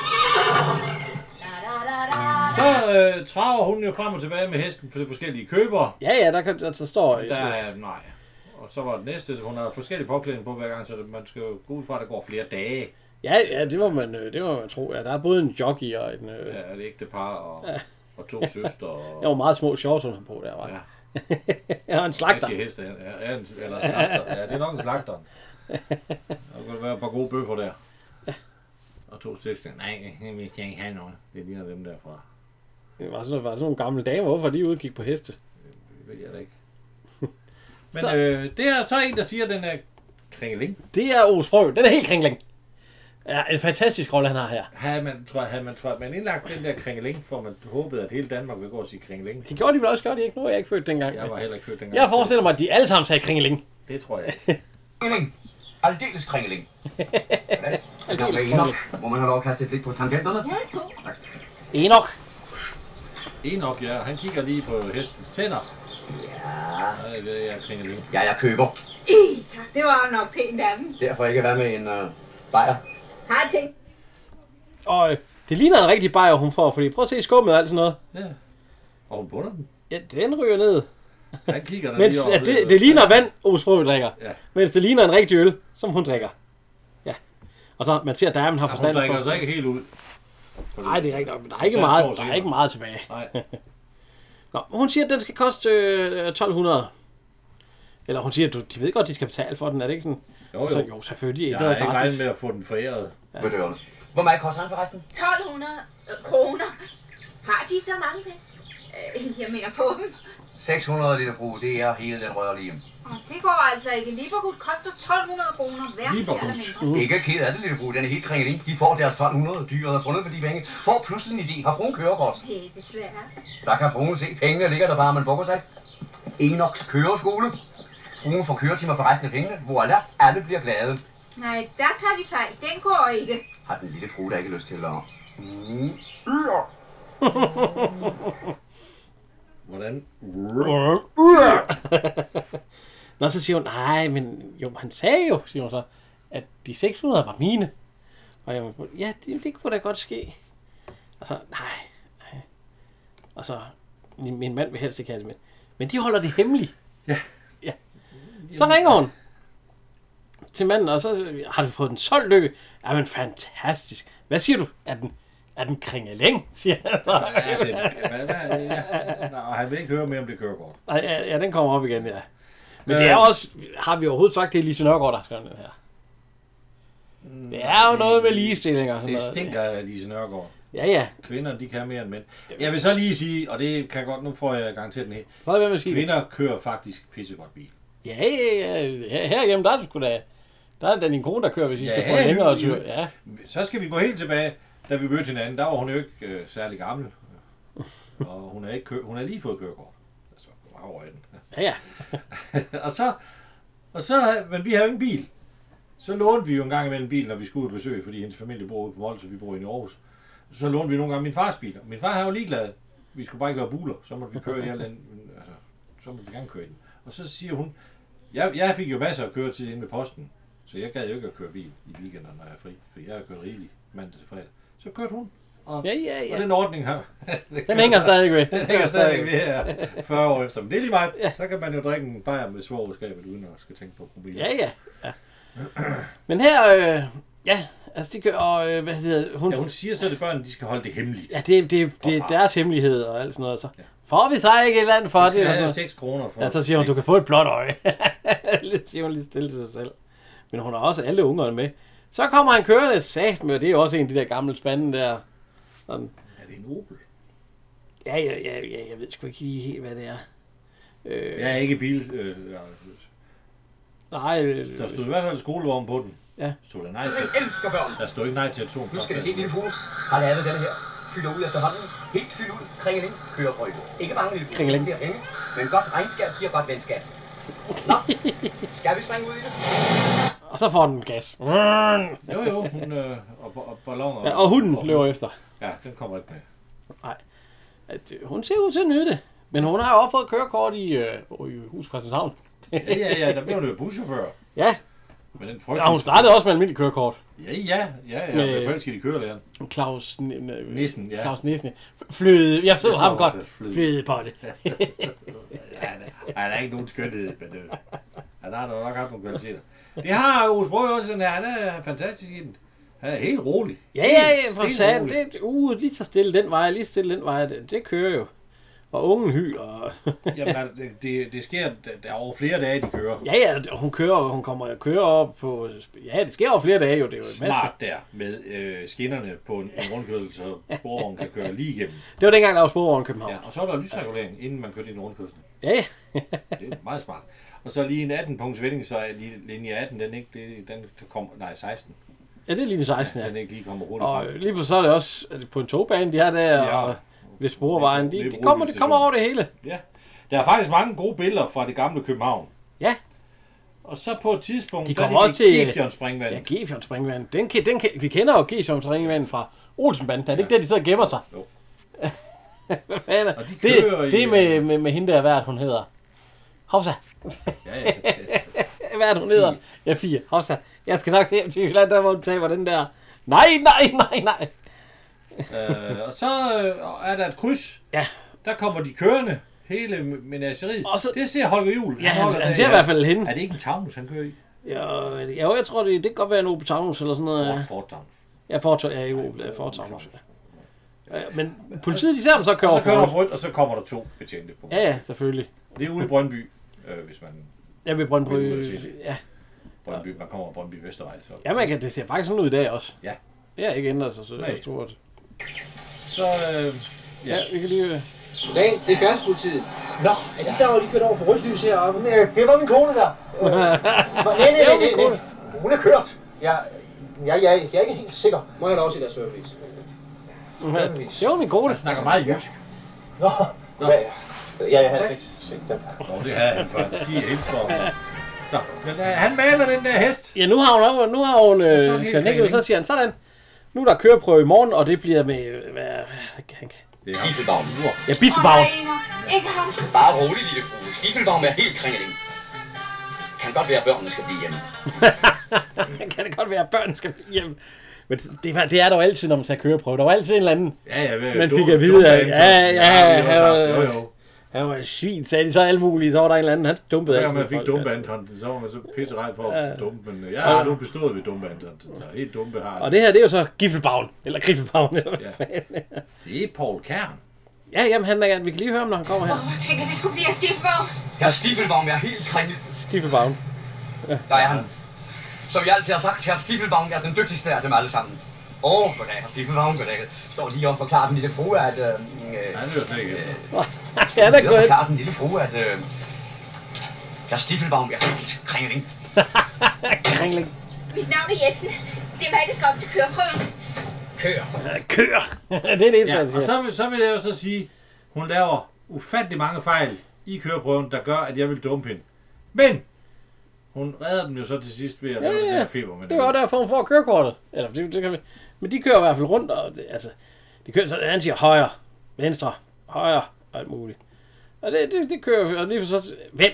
Så traver hun jo frem og tilbage med hesten for de forskellige købere. Ja, der står... Nej. Og så var det næste, hun har forskellige påklædning på hver gang, så man skal jo gå ud fra, at der går flere dage. Ja, det må man tro. Ja, der er både en jockey og en... Ja, et ægte par og 2 søstre. Og... Jeg var meget små shorts, hun har på der, var. Ja. Jeg har en slagter. Ikke heste, eller en slagter. Ja, det er nok en slagter. Der kan være et par gode bøffer der. Og 2 stykker. Nej, vi skal ikke have nogen. Det ligner dem derfra. Det var sådan nogle gamle damer. Hvorfor de udgik på heste? Det ved jeg da ikke. Men så, det er så en, der siger, at den er kringeling. Det er Ove Sprogøe. Den er helt kringeling. Ja, en fantastisk rolle, han har her. Havde man indlagt den der kringeling, for man håbede, at hele Danmark ville gå og sige kringeling. Det gjorde de vel også godt, ikke? Nu er jeg ikke født dengang. Jeg var heller ikke født dengang. Jeg forestiller mig, at de alle sammen sagde kringeling. Det tror jeg ikke. Kringeling. Aldeles kringeling. Aldeles kringeling. Må man have lov at kaste et blik på tangenterne? Ja, Enok, ja. Han kigger lige på hestens tænder. Ja. Det er kringeling. Ja, jeg køber. tak. Det var jo nok pænt af dem. Derfor ikke være med en bajer. Har jeg tænkt. Og det ligner en rigtig bajer, hun får, fordi prøv at se skummet og alt sådan noget. Ja. Og hun bunder den. Ja, den ryger ned. Han kigger der mens lige det ligner vand, Ove Sprogøe drikker. Ja. Mens det ligner en rigtig øl, som hun drikker. Ja. Og så man ser, at damen har forstand på. Hun drikker så ikke helt ud. Nej, det er rigtigt nok, men der er ikke meget tilbage. Nej. Nå, hun siger, at den skal koste 1200. Eller hun siger, at de ved godt, de skal betale for den, er det ikke sådan? Jo. Så, jo, selvfølgelig. Jeg har ikke regnet med at få den foræret. Ja. Hvor meget koster han forresten? 1200 kroner. Har de så mange penge? Jeg mener på dem. 600 liter brug, det er hele den rørlige. Det går altså ikke. Liebergut koster 1200 kroner hver. Liebergut. Ikke ked af det, lille brug. Den er helt kringeling. De får deres 1200 dyr og har fundet for de penge. Får pludselig en idé. Har fruen kørekort? Det er desværre. Der kan fruen se. Pengene ligger der bare, man bukker sig. Enoks køreskole. Fruen får køretimer for resten af pengene. Voilà, alle bliver glade. Nej, der tager de fejl. Den går ikke. Har den lille frue da ikke lyst til at... Hvordan? Nå, så siger hun, nej, men jo, han sagde jo, siger hun så, at de 600 var mine. Og jeg ja, det kunne da godt ske. Og så, nej. Og så, min mand vil helst ikke have det med. Men de holder det hemmeligt. Ja. Så ringer hun til manden, og så har du fået den solgt, Lykke. Jamen, fantastisk. Hvad siger du? Er den kringeling, siger han så. Nej, han vil ikke høre mere om det kørekort. Ja, den kommer op igen, ja. Men det er også, har vi overhovedet sagt, det er Lise Nørgaard, der har skrevet den her. Det er jo noget med ligestilling og sådan noget. Det stinker af Lise Nørgaard. Ja. Kvinder, de kan mere end mænd. Jeg vil så lige sige, og det kan godt, nu får jeg garanteret den helt. Kvinder kører faktisk pissegodt bil. Ja. Herhjemme, der er det sgu da. Der er din kone, der kører, hvis I skal få en længere tur. Ja. Så skal vi gå helt tilbage, da vi mødte hinanden. Der var hun jo ikke særlig gammel. Og hun har lige fået kørekort. Altså, over den. Ja. og så, men vi har jo ingen bil. Så lånte vi jo en gang imellem bil, når vi skulle ud og besøge, fordi hendes familie bor ude på Mols, og vi bor i Aarhus. Så lånte vi nogle gange min fars bil. Min far var jo ligeglad. Vi skulle bare ikke lave buler. Så måtte vi køre i alt den. Altså, så måtte vi gerne køre i den. Og så siger hun, jeg fik jo masser af køretid inde ved posten, så jeg gad jo ikke at køre bil i weekenderne, når jeg er fri. For jeg har kørt rigeligt mandag til fredag. Så kørte hun. Og Ja. den ordning her. Den hænger stadig ved. Den hænger stadig ved her 40 år efter. Men det er lige meget. Ja. Så kan man jo drikke en bajer med svogerskabet, uden at skal tænke på problemer. Ja. Men her, altså de gør, og hvad hedder hun siger så, at børnene, de skal holde det hemmeligt. Ja, det er deres hemmelighed og alt sådan noget. Så får vi så ikke et eller andet for det? Det skal have 6 kroner for. Ja, så siger hun, du kan få et blåt øje. Det siger hun lige stille til sig selv. Men hun har også alle ungerne med. Så kommer han kørende sagt med, og det er jo også en af de der gamle spande der. Sådan. Er det en Opel? Ja, jeg ved sgu ikke lige helt, hvad det er. Jeg er ikke bil. Nej. Der stod i hvert fald skolevogn på den. Ja. Stod der nej til. Der stod ikke nej til atomkraft. Nu skal vi se, lille fugl har lavet den her. Fylder ud efterhånden. Helt fyldt ud. Kringeling. Kører frøjde. Ikke mange lille Kringeling. Men godt regnskab giver godt venskab. Nå, skal vi springe ud i det? Og så får den gas. Jo, hun og balloner. Ja, og hunden løber efter. Ja, den kommer ikke med. Nej. Hun ser ud til at nyde det. Men hun har jo også fået kørekort i Hus Christianshavn. Ja, der blev hun jo buschauffør. Ja. Men den hun startede også med almindelig kørekort. Ja. Med forelsket i kørelæreren. Claus Nissen, ja. Claus Nissen. Fløde. Jeg så ham godt. Fløde på det. Han er ikke nogen skønhed, men han har nok haft nogle kvaliteter. Det har Ove Sprogøe også, den her. Han er fantastisk i den. Han er helt rolig. Ja, for satan. Lige så stille den vej. Det kører jo. Og ungen hyler. Jamen, det sker, der er over flere dage, de kører. Ja, hun kommer og kører op på... Ja, det sker over flere dage jo. Det er jo smart der med skinnerne på en rundkørsel, så sporvognen kan køre lige igennem. Det var dengang, der var sporvogn i København. Ja, og så er der lysregulering, inden man kører i en rundkørsel. Ja. Det er meget smart. Og så lige en 18-punkts vending, så er linje 18, den kommer... Nej, 16. Ja, det er linje 16, ja. Den ikke lige kommer hurtigt og lige på så er det også på en togbane, de her der... Ja. Og ved sporvejen, de kommer over det hele. Ja. Der er faktisk mange gode billeder fra det gamle København. Ja. Og så på et tidspunkt, de kommer også til Gefjernspringvandet. Ja, Gefjernspringvandet. Vi kender jo Gefjernspringvandet fra Olsenbanden. Er det ikke der, de sidder og gemmer sig? Jo. Hvad fanden? Det er med hende der, hvad hun hedder. Hovsa. Ja. Hvad hun hedder? Ja, 4. Hovsa. Jeg skal nok se hjem til Jylland, der hvor hun taber den der. Nej. Og så er der et kryds. Ja. Der kommer de kørende, hele menageriet. Det ser Holger Juhl. Ja, han ser i hvert fald hende. Er det ikke en Taunus, han kører i? Ja, jeg tror, det kan godt være en Opel Taunus eller sådan noget. Ford Taunus. Ja, Ford Taunus. Ja, men politiet, de ser dem så kører over. Så kører der rødt, og så kommer der 2 betjente på. Ja, selvfølgelig. Det er ude i Brøndby, hvis man... Ja, ved Brøndby. Ja. Brøndby, man kommer fra Brøndby Vestervej. Så. Ja, det ser faktisk sådan ud i dag også. Ja. Det er ikke ændret sig så stort. Så, ja, vi kan lige... Goddag, det er færdspolitiet. Nå, er de klar over, at de kørte over for rødt lys heroppe? Det var min kone der. Nej. Hun er kørt. Jeg er ikke helt sikker. Må jeg da også i deres service? Det var min kone. Han snakker meget jysk. Nå. Jeg havde ikke set dem. Det havde han faktisk. De er Helsborg. Så, men han maler den der hest. Ja, nu har hun knækket, så siger han sådan. Nu er der køreprøve i morgen, og det bliver med... Det er Skiffelbaum. Ja, Bisselbaum. Ikke ham. Bare rolig, lille frue. Skiffelbaum er helt kringeling. Kan godt være, at børnene skal blive hjemme. Kan det godt være, at børnene skal blive hjemme. Men det er der jo altid, når man tager køreprøve. Der var altid en eller anden, man fik at vide, at han var svin, sagde de så alt muligt. Så var der en eller anden, han dumpede altid. Ja, man fik dumpe Anton, så var man så pisseret for at dumpe. Men jeg har nu bestået ved dumpe Anton, så helt dumpe har. Og det her, det er jo så Giffelbaum, eller Griffelbaum, eller hvad fanden. Det er Paul Kern. Ja, jamen vi kan lige høre ham, når han kommer her. Tænk, at det skulle blive Stiffelbaum. Ja, Stiffelbaum er helt kringlet. Stiffelbaum. Ja. Der er han. Som jeg altid har sagt, herr Stiffelbaum er den dygtigste af dem alle sammen. Goddag, herr Stiffelbaum, goddag. Står lige og forklarer den lille frue, at... Han hører slet ikke. Ja, det er godt. Forklarer den lille frue, at... herr Stiffelbaum er helt kringling. Kringling. Mit navn er Jebsen. Det er mig, der skal op til køreprøven. Kør. Det er det eneste, han siger. Og så vil jeg jo så sige, hun laver ufattelig mange fejl i køreprøven, der gør, at jeg vil dumpe hende. Men hun redder dem jo så til sidst ved at lave den der feber med det var derfor, hun får kørekortet. Eller, det kan vi. Men de kører i hvert fald rundt, og de kører så, han siger højre, venstre, højre, og alt muligt. Og det kører, og lige så vend.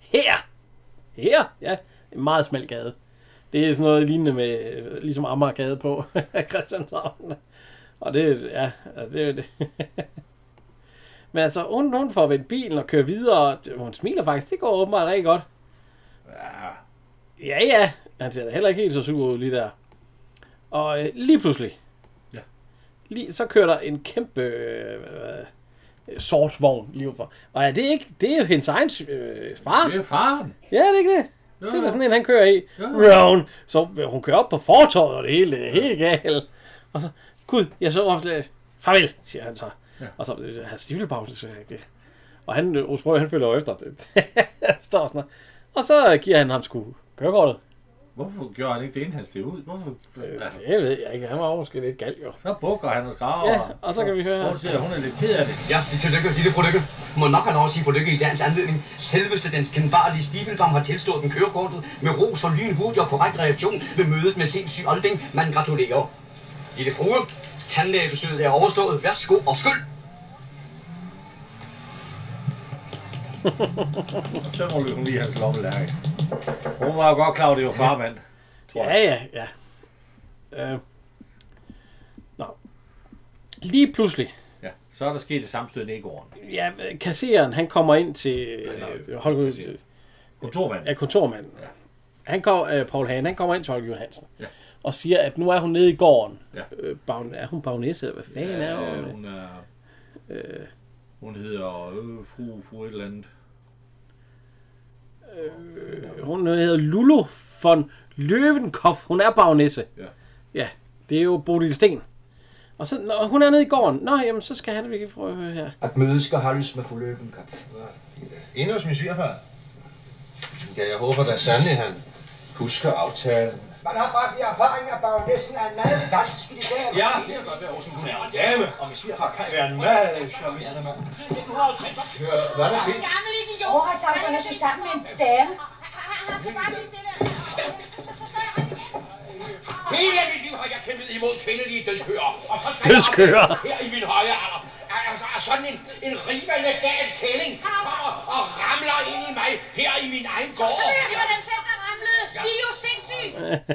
Her, ja, en meget smal gade. Det er sådan noget lignende med, ligesom Amagergade på Christianshavn. Og det, ja, det er det. Men altså, hun får vendt bilen og kører videre, og hun smiler faktisk. Det går åbenbart rigtig godt. Ja. Han ser heller ikke helt så sur ud lige der. Og lige pludselig, så kører der en kæmpe sort vogn lige overfor. Og ja, det er jo hendes egen far. Det er faren. Ja, det er ikke det. Ja. Det er der sådan en, han kører i. Ja. Så hun kører op på fortovet, og det hele er helt galt. Og så, gud, jeg så opslaget. Farvel, siger han så. Ja. Og så har stivlepause, så og han følger jo efter. Står sådan. Og så giver han ham sgu kørekortet. Hvorfor gjorde han ikke det, inden han steg ud? Hvorfor? Det ved jeg ikke. Han var måske lidt galt, jo. Så bukker han og skraver. Ja, og så kan vi høre. Hun siger, hun er lidt ked af det. Ja, tillykke, lille fru Lykke. Må nok have lov at sige fru Lykke i dagens anledning. Selveste den kendbarlige Stifelbaum har tilstået den kørekortet med ros for lynhurtig og korrekt reaktion ved mødet med sindssyg Olding. Man gratulerer. Lille frue, tandlægebesøget er overstået. Værsgo og skyld. Og tømmer hun lige hans lommelærke. Hun var jo godt klar, det var farmand. Ja. Nå. Lige pludselig. Ja, så er der sket det sammenstød i gården. Ja, kasseren, han kommer ind til kontormanden. Ja, kontormanden. Ja. Paul Hahn, han kommer ind til Holger Johansen. Ja. Og siger, at nu er hun nede i gården. Ja. Er hun bagnæsse? Hvad fanden er hun? Hun er... hun hedder fru et eller andet. Hun hedder Lulu von Løvenkopf. Hun er bagnæsse. Ja, det er jo Bodil Sten. Og så, når hun er nede i gården, jamen, så skal han virkelig prøve at høre her. At mødet skal holdes med fru Løvenkopf. Inde hos min svigerfar. Ja, jeg håber da sandelig, han husker aftalen. Man har bragt i erfaring, at bagnæssen er en meget dansk i dag. Ja, det kan godt være, som hun er en dame, og min svigerfar kan være en meget charmerende mand. Hvad er der sket? Gammel idiot! Overholdssamfundet er sygt sammen med en dame. Han skal bare til stille. Hele mit liv har jeg kæmpet imod kvindelige dødskører. Og så skal Dødskører? her i min høje alder. Altså, sådan en rivende gal kælling kommer og ramler ind i mig her i min egen gård. Det var dem selv, der ramlede. De er jo sindssyge.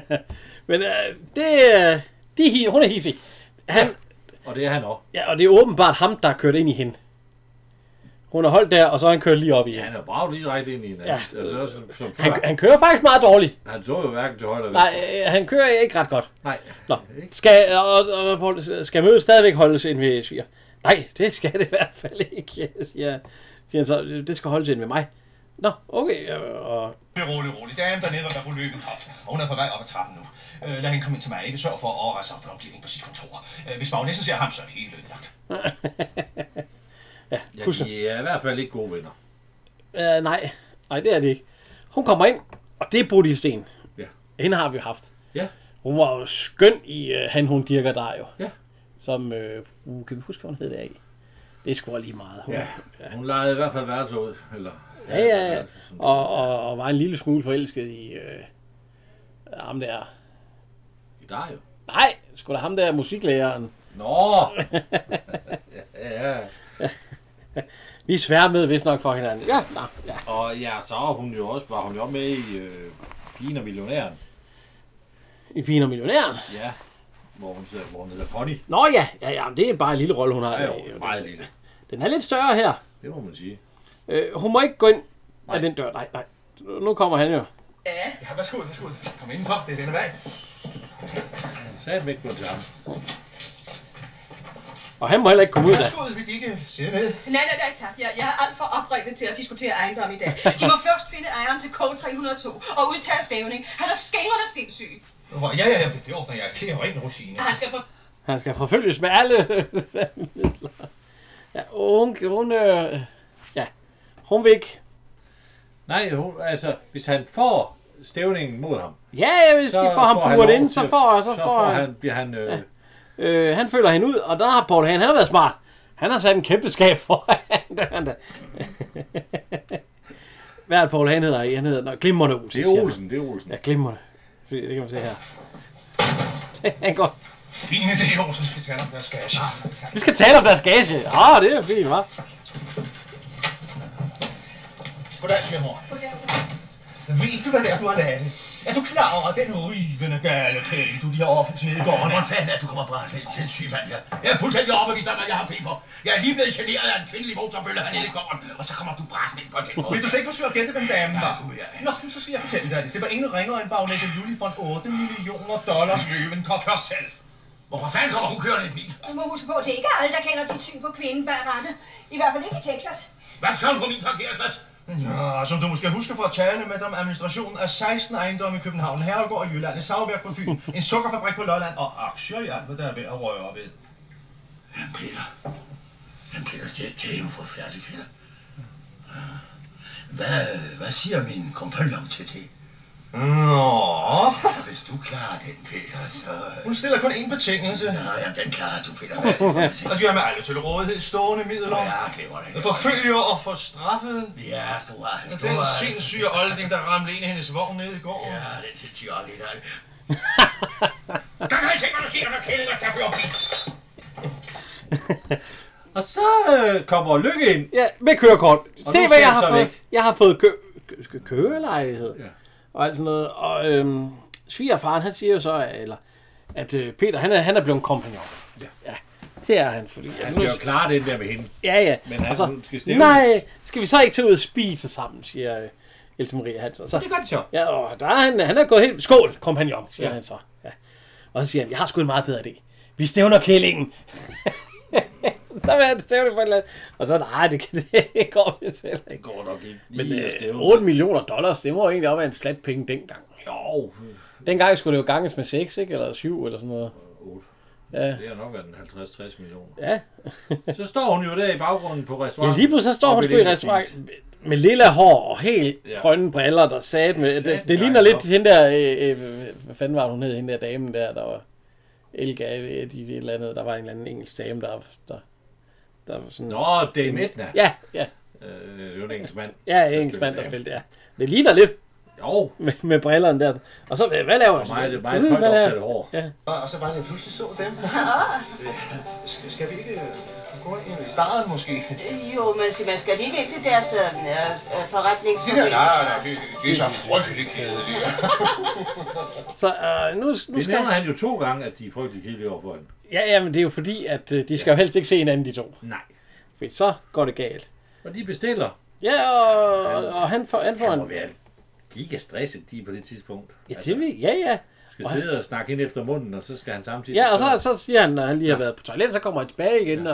Men hun er hissig. Og det er han også. Ja, og det er åbenbart ham, der har kørt ind i hende. Hun har holdt der, og så har han kørt lige op i hende. Ja, han har braget lige ret ind i hende. Ja. Altså, Han kører faktisk meget dårligt. Han så jo hverken til højre eller Nej, han kører ikke ret godt. Nej. Nå, skal mødet stadigvæk holdes ind ved sviger? Nej, det skal det i hvert fald ikke, siger han så. Det skal holdes ind ved mig. Nå, okay. Rolig. Damen dernede var fru Løvenkopf. Hun er på vej op ad trappen nu. Lad hende komme ind til mig. Ikke sørg for at overraske sig for omgivningen på sit kontor. Hvis bagnæssen ser ham, så er det helt ødelagt. Ja, de er i hvert fald ikke gode venner. Nej, det er det ikke. Hun kommer ind, og det er Bodil Sten. Ja. Hende har vi haft. Ja. Hun var jo skøn i hun dirker der jo. Ja. Som, kan vi huske, hvad hun hed det af? Det er sgu lige meget. Hun legede i hvert fald værelse ud. Eller, ja. Og var en lille smule forelsket i ham der. I dig jo? Nej, sgu da ham der musiklæreren. Nå! ja. Vi sværmede vist nok for hinanden. Ja. Og ja, så var hun jo også med i Pigen og Millionæren. I Pigen og Millionæren? Ja, hvor hun hedder Connie. Nå ja, det er bare en lille rolle, hun har. Ja, jo, meget lille. Den er lidt større her. Det må man sige. Hun må ikke gå ind af den dør. Nej. Nu kommer han jo. Ja, værsgo. Kom indenfor, det er denne vej. Sagde ikke gå til ham. Og han må heller ikke komme ud der. Værsgo, vil de ikke sidde ned? Nej, tak. Jeg er alt for oprigtet til at diskutere ejendom i dag. De må først finde ejeren til K302 og udtage stavning. Han er skængrende sindssyg. Ja, det ordner jeg. Det er jo ikke en rutine. Han skal forfølges med alle midler. Ja, hun vil ikke. Nej, hvis han får stævningen mod ham. Ja, hvis de får ham buret ind, bliver han... han følger hende ud, og der har Paul Hahn, han har været smart. Han har sat en kæmpe skab foran døren der. Hvad er det, Paul Hahn hedder? Han hedder Glimrende Olsen. Det er Olsen. Ja, Glimrende. Det kan man se her. Han går. Fint, det er Olsen. Vi skal tale om deres gage. Vi skal tale om deres gage. Det er fint, hva'? Goddag, svigermor. Ved du, hvad det er, du har lavet? Er du klar over den rivende gale kælling, du lige har overfyldt nede i gården? Hvordan fanden er du kommer bare til syg, mand? Jeg er fuldstændig overbevist om, at jeg har feber. Jeg er lige blevet generet af en kvindelig motorbølle hernede i gården, og så kommer du brasen ind på den måde. Vil du slet ikke forsøge at gætte, hvem damen var? Nå, så skal jeg fortælle dig det. Det var ingen ringere end bagnæse Lully for $8 millioner Løvenkopf herself. Hvorfor fanden kommer hun kørende i en bil? Du må huske på, at det ikke er alle, der kender dit syn på kvinden bag rattet. I hvert fald ikke i Texas. Hvad skal hun på min parkeringsplads? Ja, som du måske husker for at tale med om administrationen af 16 ejendomme i København, Herregård i Jylland, et savværk på Fyn, en sukkerfabrik på Lolland og aktier i alt, hvad der er ved at røre ved. Jamen Peter, det er jo forfærdeligt, Peter. Hvad siger min kompagnon til det? Nå. Hvis du klarer den, Peter, så... Hun stiller kun én betingelse. Nå, jamen den klarer du, Peter. Og du er med alle til rådighed stående midler. Ja, glemmer det. Forfølger og få straffet. Ja, store. Den sindssyge olding, der ramte ind i hendes vogn nede i går. Ja, den sindssyge olding, der er det. Der kan I se, hvad der sker, når kællinger kan blive opgivet. Og så kommer Lykke ind. Ja, med kørekort. Og Se, hvad jeg har fået. Jeg har fået kørelejlighed. Ja. Og alt sådan noget. Og svigerfaren, han siger jo så, at Peter, han er blevet en kompagnon. Ja. Det er han, fordi... Han skal jo klare det der med hende. Ja. Men han skal stævnes. Nej, skal vi så ikke tage ud og spise sammen, siger Else Marie Hansen. Så, det gør de så. Ja, og der er han er gået helt... Skål, kompagnon, siger han så. Ja. Og så siger han, jeg har sgu en meget bedre idé. Vi stævner kællingen. Så vil han stævne på et eller andet. Og så, nej, det går det selv. Det går nok ikke. Men $8 millioner, det var jo egentlig op af en slat penge dengang. Jo. Dengang skulle det jo ganges med 6, ikke? Eller 7 eller sådan noget. 8. Ja. Det har nok været 50-60 millioner. Ja. Så står hun jo der i baggrunden på restauranten. Ja, lige pludselig så står hun sgu i restauranten med lille hår og helt grønne briller, der sagde med. Det ligner lidt hende der, hvad fanden var hun hed, hende der damen der var Elga, et eller andet. Der var en eller anden engelsk dame, der var sådan... Nå, Dame Edna. Ja. Det var en engelsk mand. Ja, en engelsk mand, der spillede, ja. Det ligner lidt. Jo. Med brillerne der. Og så, hvad laver jeg? Det er meget højt opsat hår. Ja. Og så bare lige pludselig så dem. Skal vi ikke gå ind i baren måske? Jo, men skal de ikke ind til deres forretningsforretning? Nej, det er så frygteligt kedelige. Så nu det nævner han jo 2 gange, at de er frygteligt kedelige overfor hende. Ja, men det er jo fordi, at de skal jo helst ikke se hinanden, de 2. Nej. For så går det galt. Og de bestiller. Ja, og han får en... Han må være gigastresset, de på det tidspunkt. Ja, det vil, ja. Skal sidde og snakke ind efter munden, og så skal han samtidig... Ja, og så siger han, når han lige har været på toilet, så kommer han tilbage igen,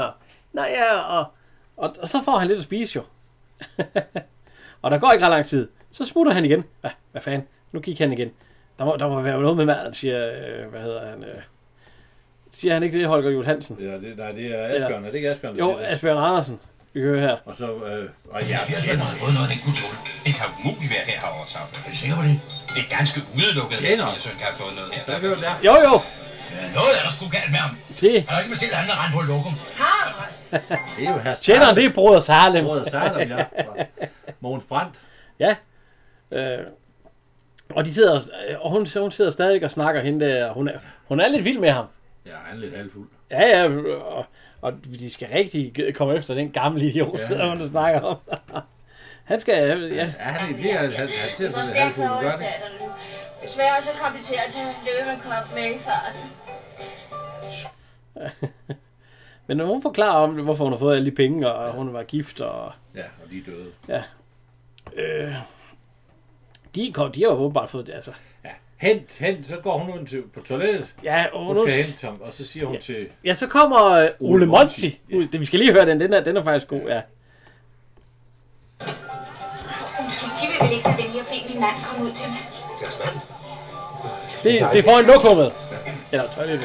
og så får han lidt at spise jo. Og der går ikke ret lang tid. Så smutter han igen. Hvad fanden? Nu gik han igen. Der må være noget med maden, siger, hvad hedder han... Siger han ikke det, Holger Juhl Hansen? Ja, det er Asbjørn. Er det ikke Asbjørn, der jo, Asbjørn Andersen. Vi hører her. Og så... og ja, det er noget, den kunne tåle. Det kan umuligt være her herovre, så. Er du sikker på det? Det er ganske udelukket, at jeg søn kan have fået noget her. Der hører der. Jo. Ja, noget er der sgu galt med ham. Det. Han har ikke bestilt andet rand på lokum. Det er jo her. Tjeneren, det er Broder Salem. Broder Salem, ja. Mogens Brandt. Ja. Og de sidder, og hun sidder stadig og snakker hende der. Hun er lidt vild med ham. Ja, han er lidt halvfuld. Ja, og de skal rigtig komme efter den gamle idiot, der hun snakker om. Han skal, ja. Ja, han ser sådan lidt halvfuld, gør det? Desværre så kom det til at tage Løvenkopf med i farten. Men hun forklarer om, hvorfor hun har fået alle de penge, og hun var gift, og... Ja, og de døde. Ja. De har jo åbenbart fået det, altså. Ja, hent, så går hun ud på toilettet. Ja, og hun skal hente ham, og så siger hun til... Ja, så kommer Ole Monti. Ja. Vi skal lige høre den er faktisk god, ja. Undskyld, de vil vel ikke have den her bede min mand komme ud til mig? Det får en lokummet. Eller toilettet.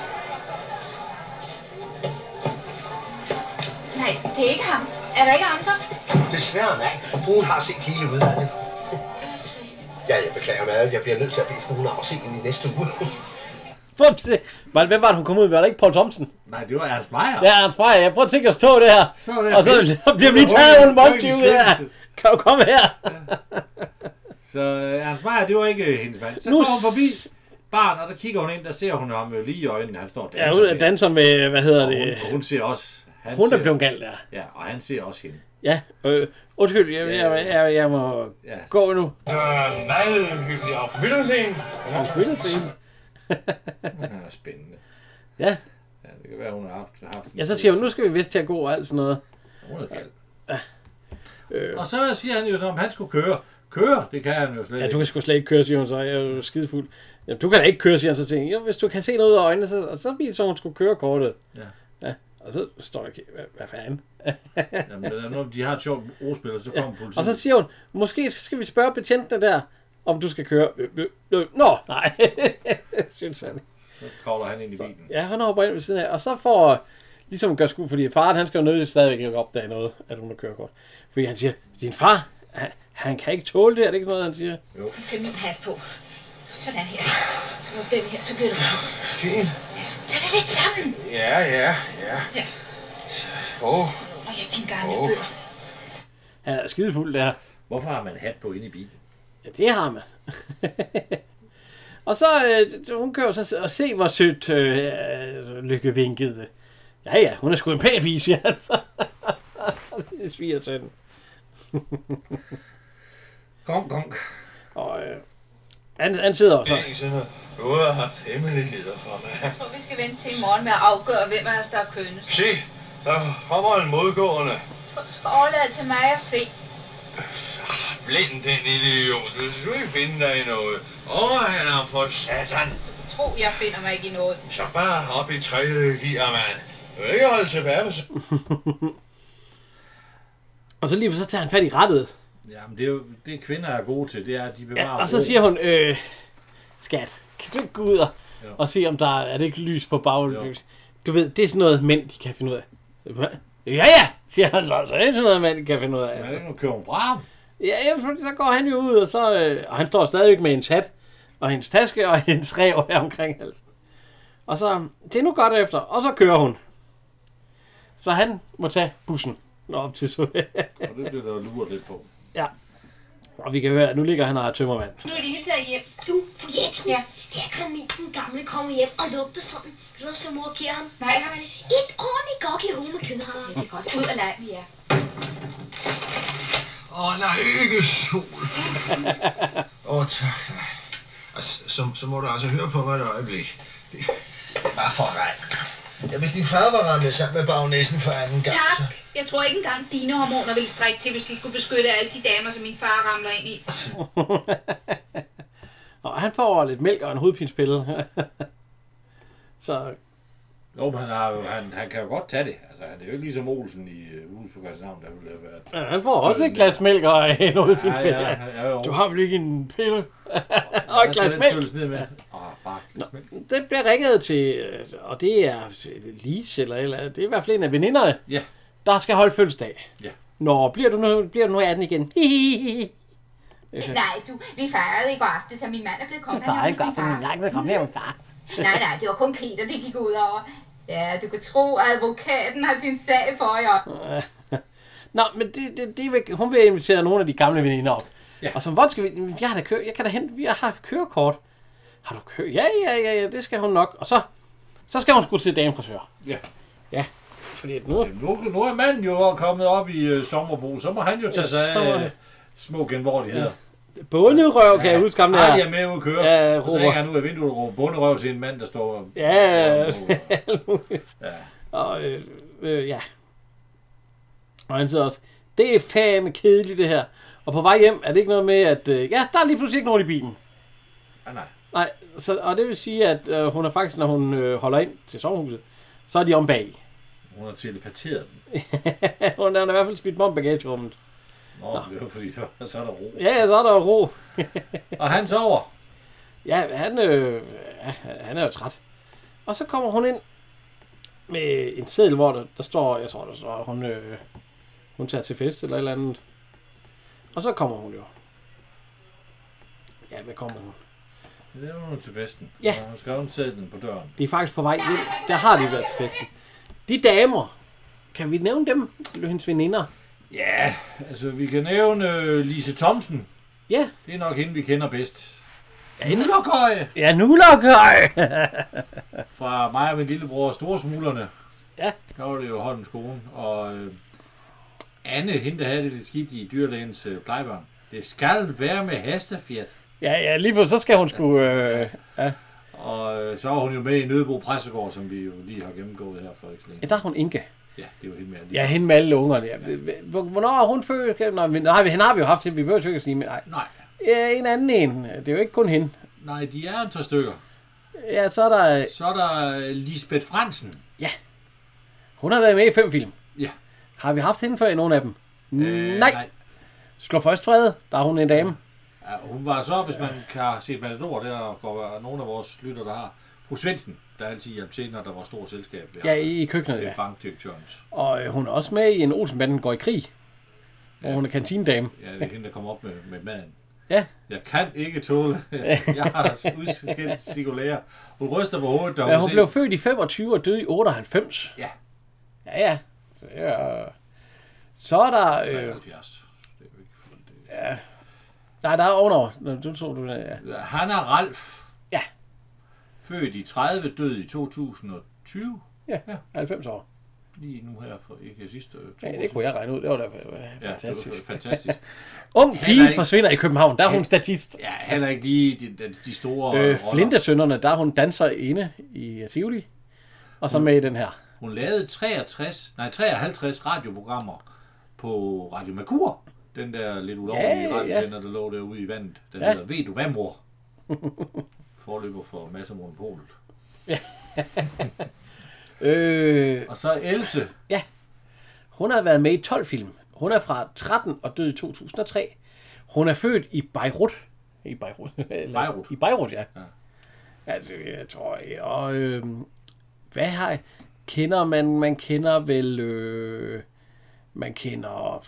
Nej, det er ikke ham. Er der ikke andre? Desværre nej. Fruen har set hele udlandet. Det var trist. Ja, jeg beklager meget. Jeg bliver nødt til at bede fruen om at se den i næste uge. Hvem var det, hun kom ud med? Var det ikke Paul Thomsen? Nej, det var Ernst Meier. Ja, Ernst Meier. Jeg prøver at tænke at stå det her. Og så bliver vi lige taget Ole Monti ud her. Kan du komme her? Så Ernst Meier, det var ikke hendes mand. Så går hun forbi barn, og der kigger hun ind, der ser hun ham jo lige i øjnene. Han står og danser. Ja, hun danser med, hvad hedder det? Og hun ser også... Hun er blevet galt der. Ja, og han ser også hende. Ja, Undskyld, jeg må gå nu. Det var meget hyggeligt. Auf Wiedersehen. Auf Wiedersehen. Det er spændende. Ja. Ja, det kan være, hun har haft Ja, så siger hun, nu skal vi vist til at gå og alt sådan noget. Hun er galt. Og så siger han jo, om han skulle køre. Køre, det kan han jo slet ikke. Ja, du kan sgu slet ikke køre, siger hun så. Jeg er jo skidefuld. Ja, du kan da ikke køre, siger han så til hende. Jo, hvis du kan se noget ud af øjnene, så viser hun skulle køre kortet. Ja. Og så står jeg, hvad fanden? Jamen, når de har et sjovt ordspil, og så kommer politiet. Og så siger hun, måske skal vi spørge betjentene der, om du skal køre. Nå, nej. Synes han. Så kravler han ind i bilen. Ja, han hopper ind ved siden af, og så får ligesom gør skud, fordi faren, han skal jo nødt stadigvæk ikke opdage noget, at hun har kørekort. Fordi han siger, din far, han kan ikke tåle det, er det ikke noget, han siger? Jo. Tag min hat på. Sådan her. Så må den her, så bliver du Fint. Ja. Tag det lidt sammen. Ja. Og jeg din gamle bøger. Han er skidefuld der. Hvorfor har man hat på inde i bilen? Ja, det har man. Og så, hun kører så og se, hvor sødt Lykke vinkede. Ja, hun er sgu en pæn pige, siger han så. Det er svigersønnen. Gong. Og han sidder også. Du har haft hemmeligheder for mig. Jeg tror, vi skal vente til i morgen med at afgøre, hvem af os, der er kønnest. Se, der kommer en modgående. Jeg tror, du skal overlade til mig at se. Blind den idiot. Du skal ikke finde dig i noget. Han er for satan. Du tror, jeg finder mig ikke i noget. Så bare op i tredje gear, mand. Du vil ikke holde tilbage. Og så lige så tager han fat i rettet. Jamen, det er jo det kvinder er gode til, det er, at de bevarer og så siger hun, skat, kan du ikke gå ud og se, om der er det ikke lys på baglys? Du ved, det er sådan noget, mænd, de kan finde ud af. Ja, siger han så. Så det er sådan noget, mænd, de kan finde ud af. Ja, det er nu kører hun brav. Ja, så går han jo ud, og så og han står stadigvæk med hendes hat, og hendes taske, og hendes rev her omkring halsen. Og så, det er nu godt efter, og så kører hun. Så han må tage bussen op til så. Og det bliver der luret lidt på. Ja. Og vi kan høre, at nu ligger han og er tømmermand. Nu er de hele taget hjem. Du, fru Jensen. Ja. Her kan den gamle komme hjem og lugte sådan. Kan du så mor giver ham? Nej, har man ikke. Et ordentligt gok i hovedet med kødhammer. Ja, det er godt. Ud og lege med jer. Nej, ikke sol. Tak. Altså, så må du altså høre på mig et øjeblik. Det er bare for regn. Ja, hvis din far var ramt sammen med bagnæsen for anden gang. Tak. Jeg tror ikke engang dine hormoner ville strække til, hvis du skulle beskytte alle de damer, som min far ramler ind i. Og han får lidt mælk og en hovedpinspille. Så... Jo, men han kan jo godt tage det. Altså, han er jo ikke ligesom Olsen i Hus på Christianshavn, der ville have været... Ja, han får også et glas mælk og en hovedpinspille. Ja. Du har vel ikke en pille? Og et glas mælk. Det bliver ringet til, og det er Lise, eller det er i hvert fald en af veninderne, der skal holde fødselsdag. Ja. Nå, bliver du nu 18 igen? Nej, vi fejrede i går aftes, så min mand er blevet kommet. Vi fejrede i går aftes, min mand er kommet her med far. Nej, det var kun Peter, det gik ud over. Ja, du kan tro, at advokaten har sin sag for jer. Nå, men hun vil invitere nogle af de gamle veninder op. Ja. Og så, hvor skal vi? Jeg kan da hente, vi har haft kørekort. Har du kørt? Ja, det skal hun nok. Og så skal hun sgu til damefrisør. Ja. Fordi nu er manden jo kommet op i sommerbo, så må han jo tage sig af små genvordigheder. Ja. Bunderøv, kan jeg huske ham der. Ja, de er med ud at køre. Ja, og så hænger han ud af vinduet og råber bunderøv til en mand, der står... Og han siger også, det er fandme kedeligt det her. Og på vej hjem er det ikke noget med, at... der er lige pludselig ikke nogen i bilen. Nej, og det vil sige, at hun er faktisk, når hun holder ind til sovehuset, så er de om bag. Hun har telepateret dem. Hun har i hvert fald smidt dem om bagagerummet. Nå, det er jo fordi, så er der ro. Ja, så er der ro. Og han sover. Ja, han er jo træt. Og så kommer hun ind med en seddel, hvor der står, jeg tror, der står, hun tager til fest eller et eller andet. Og så kommer hun jo. Ja, hvad kommer hun? Det er hun til festen. Ja. Hun skal jo sætte den på døren. Det er faktisk på vej hjem. Der har de været til festen. De damer, kan vi nævne dem? Hendes veninder? Ja, altså vi kan nævne Lise Thomsen. Ja. Det er nok hende, vi kender bedst. Ja, Nullerkøj. Ja, Nullerkøj. Fra mig og min lillebror Storesmuglerne. Ja. Der var det jo Holmens Kone. Og Anne, hende der havde det lidt skidt i dyrlægens plejebørn. Det skal være med hastefjert. Ja, lige på så skal hun sgu... ja. Og så var hun jo med i Nødebo Pressegård, som vi jo lige har gennemgået her for ikke længe. Ja, der er hun Inge. Ja, det er jo hende med alle. Ja, hende med alle ungerne. Ja. Hvornår er hun født? Nej, hende har vi jo haft til, vi behøver jo ikke at sige, men nej. Ja, en anden en. Det er jo ikke kun hende. Nej, de er en 2 stykker. Ja, så er der Lisbeth Fransen. Ja. Hun har været med i 5 film. Ja. Har vi haft hende før i nogle af dem? Nej. Slå først Frede, der er hun en dame. Ja, hun var så, hvis man kan se Matador, der går nogle af vores lytter, der har fru Svendsen, der altid hjalp til, når der var stort selskab. Ja, i køkkenet, ja. Bankdirektørens. Og hun er også med i en Olsenbanden går i krig. Hvor hun er kantinedame. Ja, det er hende, der kommer op med maden. Ja. Jeg kan ikke tåle. Jeg har udskilt cirkulære. Hun ryster på hovedet. Ja, hun blev født i 25 og døde i 98. Ja. Ja. Så er der... 73. Det er jo ikke for det. Ja. Nej, der er ovenover. Du så du det, ja. Hanna Ralf. Ja. Født i 30, død i 2020. Ja, 90 år. Lige nu her for ikke sidste 2 år. Ja, det kunne jeg regne ud. Det var da fantastisk. Ja, det var fantastisk. Ung pige forsvinder i København. Der er hun statist. Ja, heller ikke lige de store Flintesønnerne, der er hun danser inde i Tivoli. Og så med i den her. Hun lavede 53 radioprogrammer på Radio Mercur. Den der lidt ulovlige radiosender, der lå derude i vandet. Der hedder Ved du hvad, mor? Forløber for Massermonopolet. Ja. Og så Else. Ja. Hun har været med i 12 film. Hun er fra 13 og død i 2003. Hun er født i Beirut. I Beirut, ja. Altså, jeg tror... Og hvad har jeg... Kender man kender vel... man kender...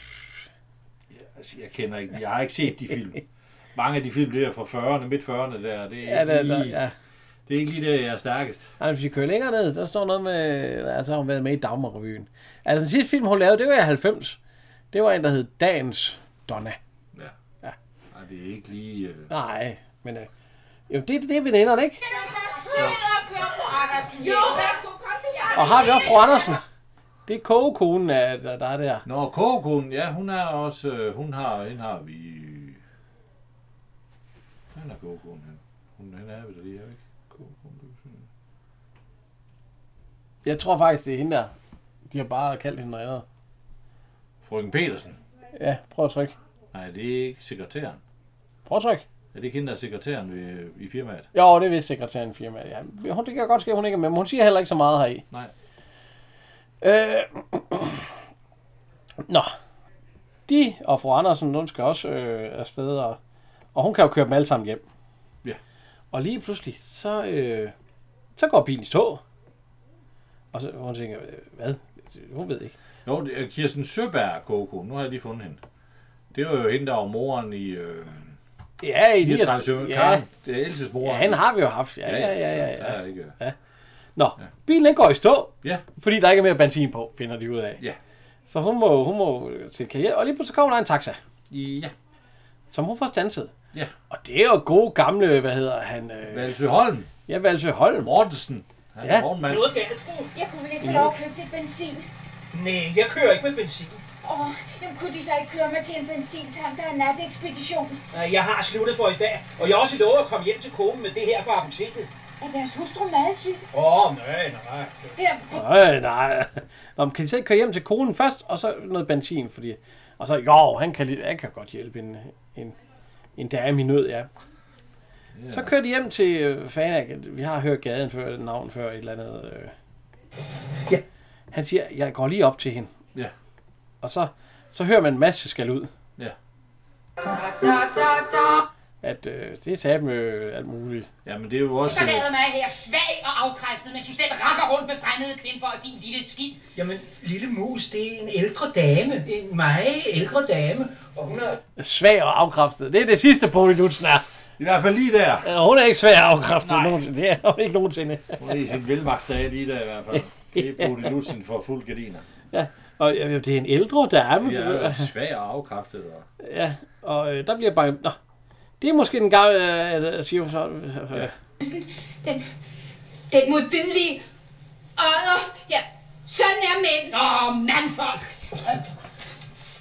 Jeg kender ikke... Jeg har ikke set de film. Mange af de film, der fra 40'erne, midt 40'erne der, det er ikke lige... Det er ikke lige det, jeg er stærkest. Nej, hvis vi kører længere ned, der står noget med... Altså, hun har været med i Dagmarrevyen. Altså, den sidste film, hun lavede, det var i 90. Det var en, der hed Dagens Donna. Ja. Nej, det er ikke lige... Nej, men... jo, det er veninderne, ikke? Og har vi også fru Andersen. Det er kogekonen, der er der. Nå, kogekonen, ja, hun er også... Hende har vi... Han er kogekonen, hende er vi da lige her, ikke? Jeg tror faktisk, det er hende der. De har bare kaldt hende noget andet. Frøken Petersen. Ja, prøv at trykke. Nej, det er ikke sekretæren. Prøv at trykke. Er det ikke hende, der er sekretæren i firmaet? Jo, det er vist sekretæren i firmaet. Ja, det kan godt ske, hun ikke er med, men hun siger heller ikke så meget heri. Nej. Nå. De og fru Andersen, hun skal også afsted, og hun kan jo køre dem alle sammen hjem. Ja. Og lige pludselig, så går bilen i stå. Og så hun tænker, hvad? Hun ved ikke. Jo, det er Kirsten Søberg, kogekone. Nu har jeg lige fundet hende. Det var jo hende, der var moren i... ja, i 39. Ja. Det er Elses mor. Ja, hende har vi jo haft. Ja. Ikke. Ja. Nå, bilen den går i stå, ja. Fordi der ikke er mere benzin på, finder de ud af. Ja. Så hun må til karriere, og lige pludselig kommer der en taxa. Ja. Som hun får standset. Ja. Og det er jo gode gamle, hvad hedder han? Valsø Holm. Ja, Valsø Holm. Mortensen. Han er vognmand. Noget galt, fru. Jeg kunne vel ikke få lov at købe lidt benzin? Nej, jeg kører ikke med benzin. Men kunne de så ikke køre mig til en benzintank, der er natekspedition? Jeg har sluttet for i dag, og jeg har også lovet at komme hjem til konen med det her fra apoteket. Er deres hustru meget syg? Nej. Nå, kan I så ikke køre hjem til konen først, og så noget benzin, fordi... Og så, jo, han kan godt hjælpe en dame i nød, ja. Så kører de hjem til vi har hørt gaden før, navn før, et eller andet... Ja. Han siger, jeg går lige op til hende. Ja. Og så hører man en masse skal ud. Ja. At det er sat med alt muligt. Ja, men det er jo også... Så lader mig her svag og afkræftet, mens du selv rakker rundt med fremmede kvindfolk, din lille skid. Jamen, lille mus, det er en ældre dame. En meget ældre dame. Og hun er... Svag og afkræftet. Det er det sidste, Poul Lutzen er. I hvert fald lige der. Hun er ikke svag og afkræftet. Det er hun ikke nogensinde. Hun er i sin velmagtsdage lige der i hvert fald. Det er Poul Lutzen for fuld gardiner. Ja, og det er en ældre dame. Ja, svag og afkræftet. Ja, og der bliver bare... Nå. Det er måske den gamle, siger så. Ja. Den modbydelige ådder. Ja, sådan er mænd. Mandfolk.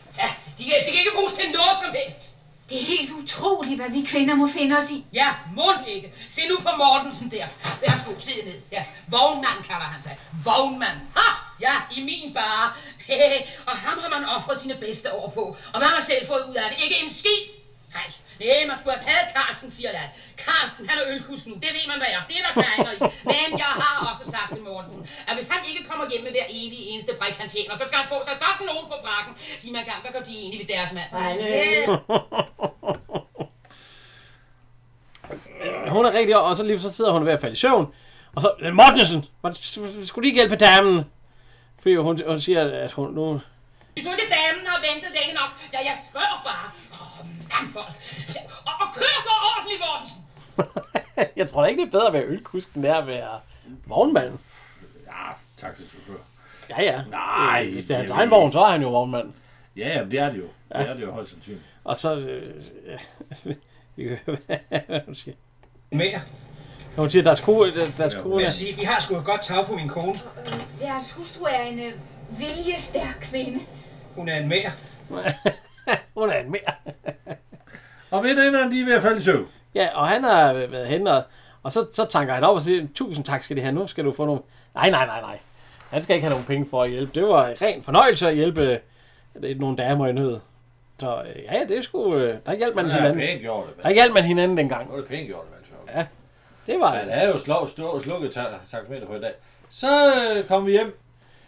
Ja, de kan ikke bruges til noget som helst. Det er helt utroligt, hvad vi kvinder må finde os i. Ja, må ikke. Se nu på Mortensen der. Værsgo, sid ned. Ja, vognmand kalder han sig. Vognmand. Ha! Ja, i min bar. Og ham har man offret sine bedste år på. Og hvad har man selv fået ud af det? Ikke en skid. Nej, man skulle have taget Carlsen, siger jeg. Carlsen, han er ølkusk nu. Det ved man, hvad er. Det er der kæringer i. Men jeg har også sagt til Mortensen, at hvis han ikke kommer hjem med hver evig eneste brik, han tjener, så skal han få sig sådan nogen på frakken. Sig man kan, hvad gør de egentlig ved deres mand? Hun er rigtig, og så lige så sidder hun ved at falde i søvn. Og så, Mortensen, skulle lige hjælpe damen? Fordi hun siger, at hun nu... Hvis du ikke damen har ventet længe nok, ja, jeg spørger bare. Mandfolk. Og kør så ordentligt, Mortensen! Jeg tror da ikke, det er bedre at være ølkusk, end at være vognmand. Ja, taxichauffør. Ja. Nej. Hvis det er hans egen vogn, så er han jo vognmand. Ja, det er det jo. Det er det jo højst sandsynligt. Og så... vi kan høre, hvad hun siger. Mere. Hun siger, deres kone... Jeg siger, de har sgu et godt tag på min kone. Deres hustru er en viljestærk kvinde. Hun er en mere. Hun er en mere. Og veninderne, de er ved at falde i søvn. Ja, og han har været henne, og så tanker han op og siger, 1000 tak skal de have, nu skal du få nogle... Nej. Han skal ikke have nogen penge for at hjælpe. Det var ren fornøjelse at hjælpe nogle damer i nød. Så ja, det er sgu... Der hjalp man hinanden. Pænt gjort det, der hjalp man hinanden dengang. Det var det pænt gjort det, ja, det var... Ja, det er jo slukket taxameter på i dag. Så kom vi hjem.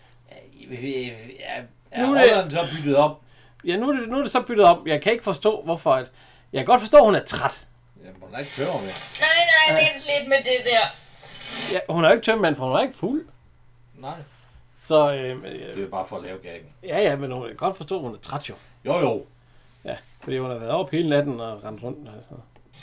Nu er det så byttet op. Ja, nu er det så byttet op. Jeg kan ikke forstå, hvorfor... Jeg kan godt forstå, at hun er træt. Jamen, hun er ikke tømmer med. Nej, vent lidt med det der. Ja, hun er ikke tømmermand, for hun er ikke fuld. Nej. Så... det er bare for at lave gagen. Ja, men hun kan godt forstå, at hun er træt jo. Jo. Ja, fordi hun har været op hele natten og rendt rundt. Altså.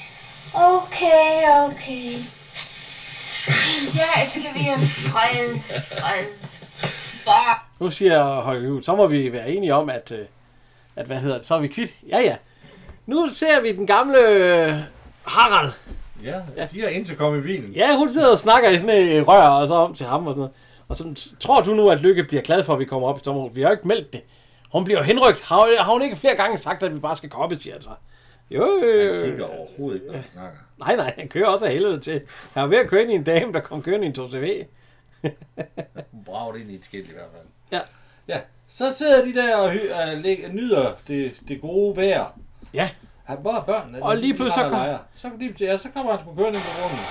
Okay. Ja, skal vi have fred. Bare. Nu siger Holger Juhl, så må vi være enige om, at så er vi kvitt. Ja. Nu ser vi den gamle Harald. Ja, de er intercom i bilen. Ja, hun sidder og snakker i sådan et rør, og så om til ham og sådan noget. Og så tror du nu, at Lykke bliver glad for, at vi kommer op i sommerhuset? Vi har jo ikke meldt det. Hun bliver henrygt. Har hun ikke flere gange sagt, at vi bare skal komme til, altså? Jo. Han kigger overhovedet ikke, når han snakker. Nej, han kører også af helvede til. Han var ved at køre ind i en dame, der kom kørende i en 2CV. Hun brager det ind i et skilt i hvert fald. Ja. Så sidder de der og nyder det gode vejr. Ja. Han bare børnene. Og lige pludselig så kommer han sgu kørende ind på grunden.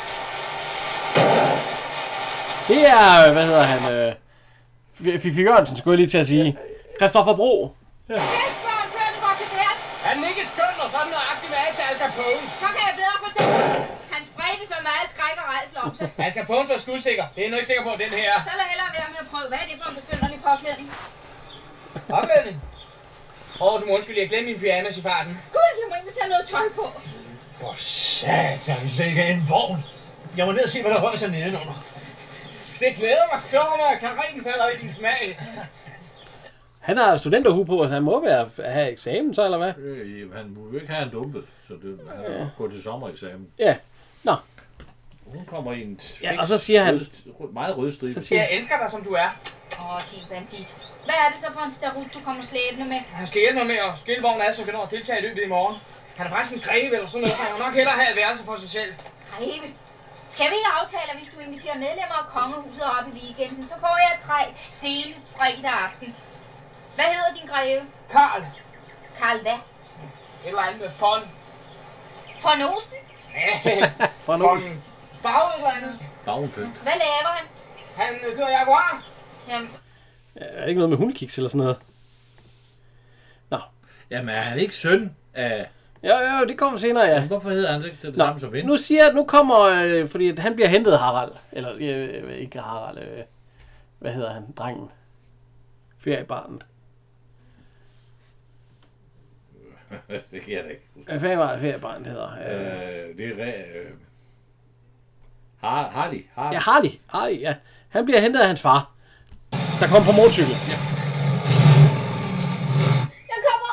Det er, hvad hedder han, Fifi Jørgensen, skulle jeg lige til at sige. Christoffer Bro. Ja. Han er ikke skøn og sådan nøjagtigt med til Al Capone. Så kan jeg bedre forstå. Han spredte så meget skræk og rædsel om sig. Al Capone var skudsikker. Det er nu ikke sikker på, den her. Så lad hellere være med at prøve. Hvad er det for en besynderlig påklædning? Påklædning? Du må undskylde, jeg glemte min pyjamas i farten. Gud, jeg må ikke tage noget tøj på. For satan, sikke en vogn. Jeg må ned og se, hvad der rører sig nedenunder. Det glæder mig så, at kareten falder i din smag. Han har studenterhue på, og han må have eksamen så, eller hvad? Han må jo ikke have en dumpe, så han har gået til sommereksamen. Ja, nå. Hun kommer i en og så siger han... meget rødstribe. Jeg elsker dig, som du er. Din bandit. Hvad er det så for en starut, du kommer slæbende med? Han skal hjælpe mig med at skille vognen af, så vi når at deltage i løbet i morgen. Han er faktisk en greve eller sådan noget, så han må nok hellere have et værelse for sig selv. Greve? Skal vi ikke aftale, at hvis du inviterer medlemmer af kongehuset op i weekenden, så får jeg et træ senest fredag aften. Hvad hedder din greve? Karl. Karl hvad? Et eller andet med fond. Von Osten? Von Osten. Bag et eller andet. Bagenfødt. Hvad laver han? Han kører Jaguar. Jamen. Er det ikke noget med hundekiks eller sådan noget? Nå. Jamen er han ikke søn af... Jo, det kommer senere, ja. Men hvorfor hedder han ikke det samme som Vind? Nu siger jeg, at nu kommer... fordi han bliver hentet Harald. Eller ikke Harald. Hvad hedder han? Drengen. Feriebarnet. Det kan jeg da ikke huske. Hvad fanden var det feriebarnet hedder? Det er... Harley. Ja, Harley, ja. Han bliver hentet af hans far, der kommer på motorcykel. Ja. Jeg kommer...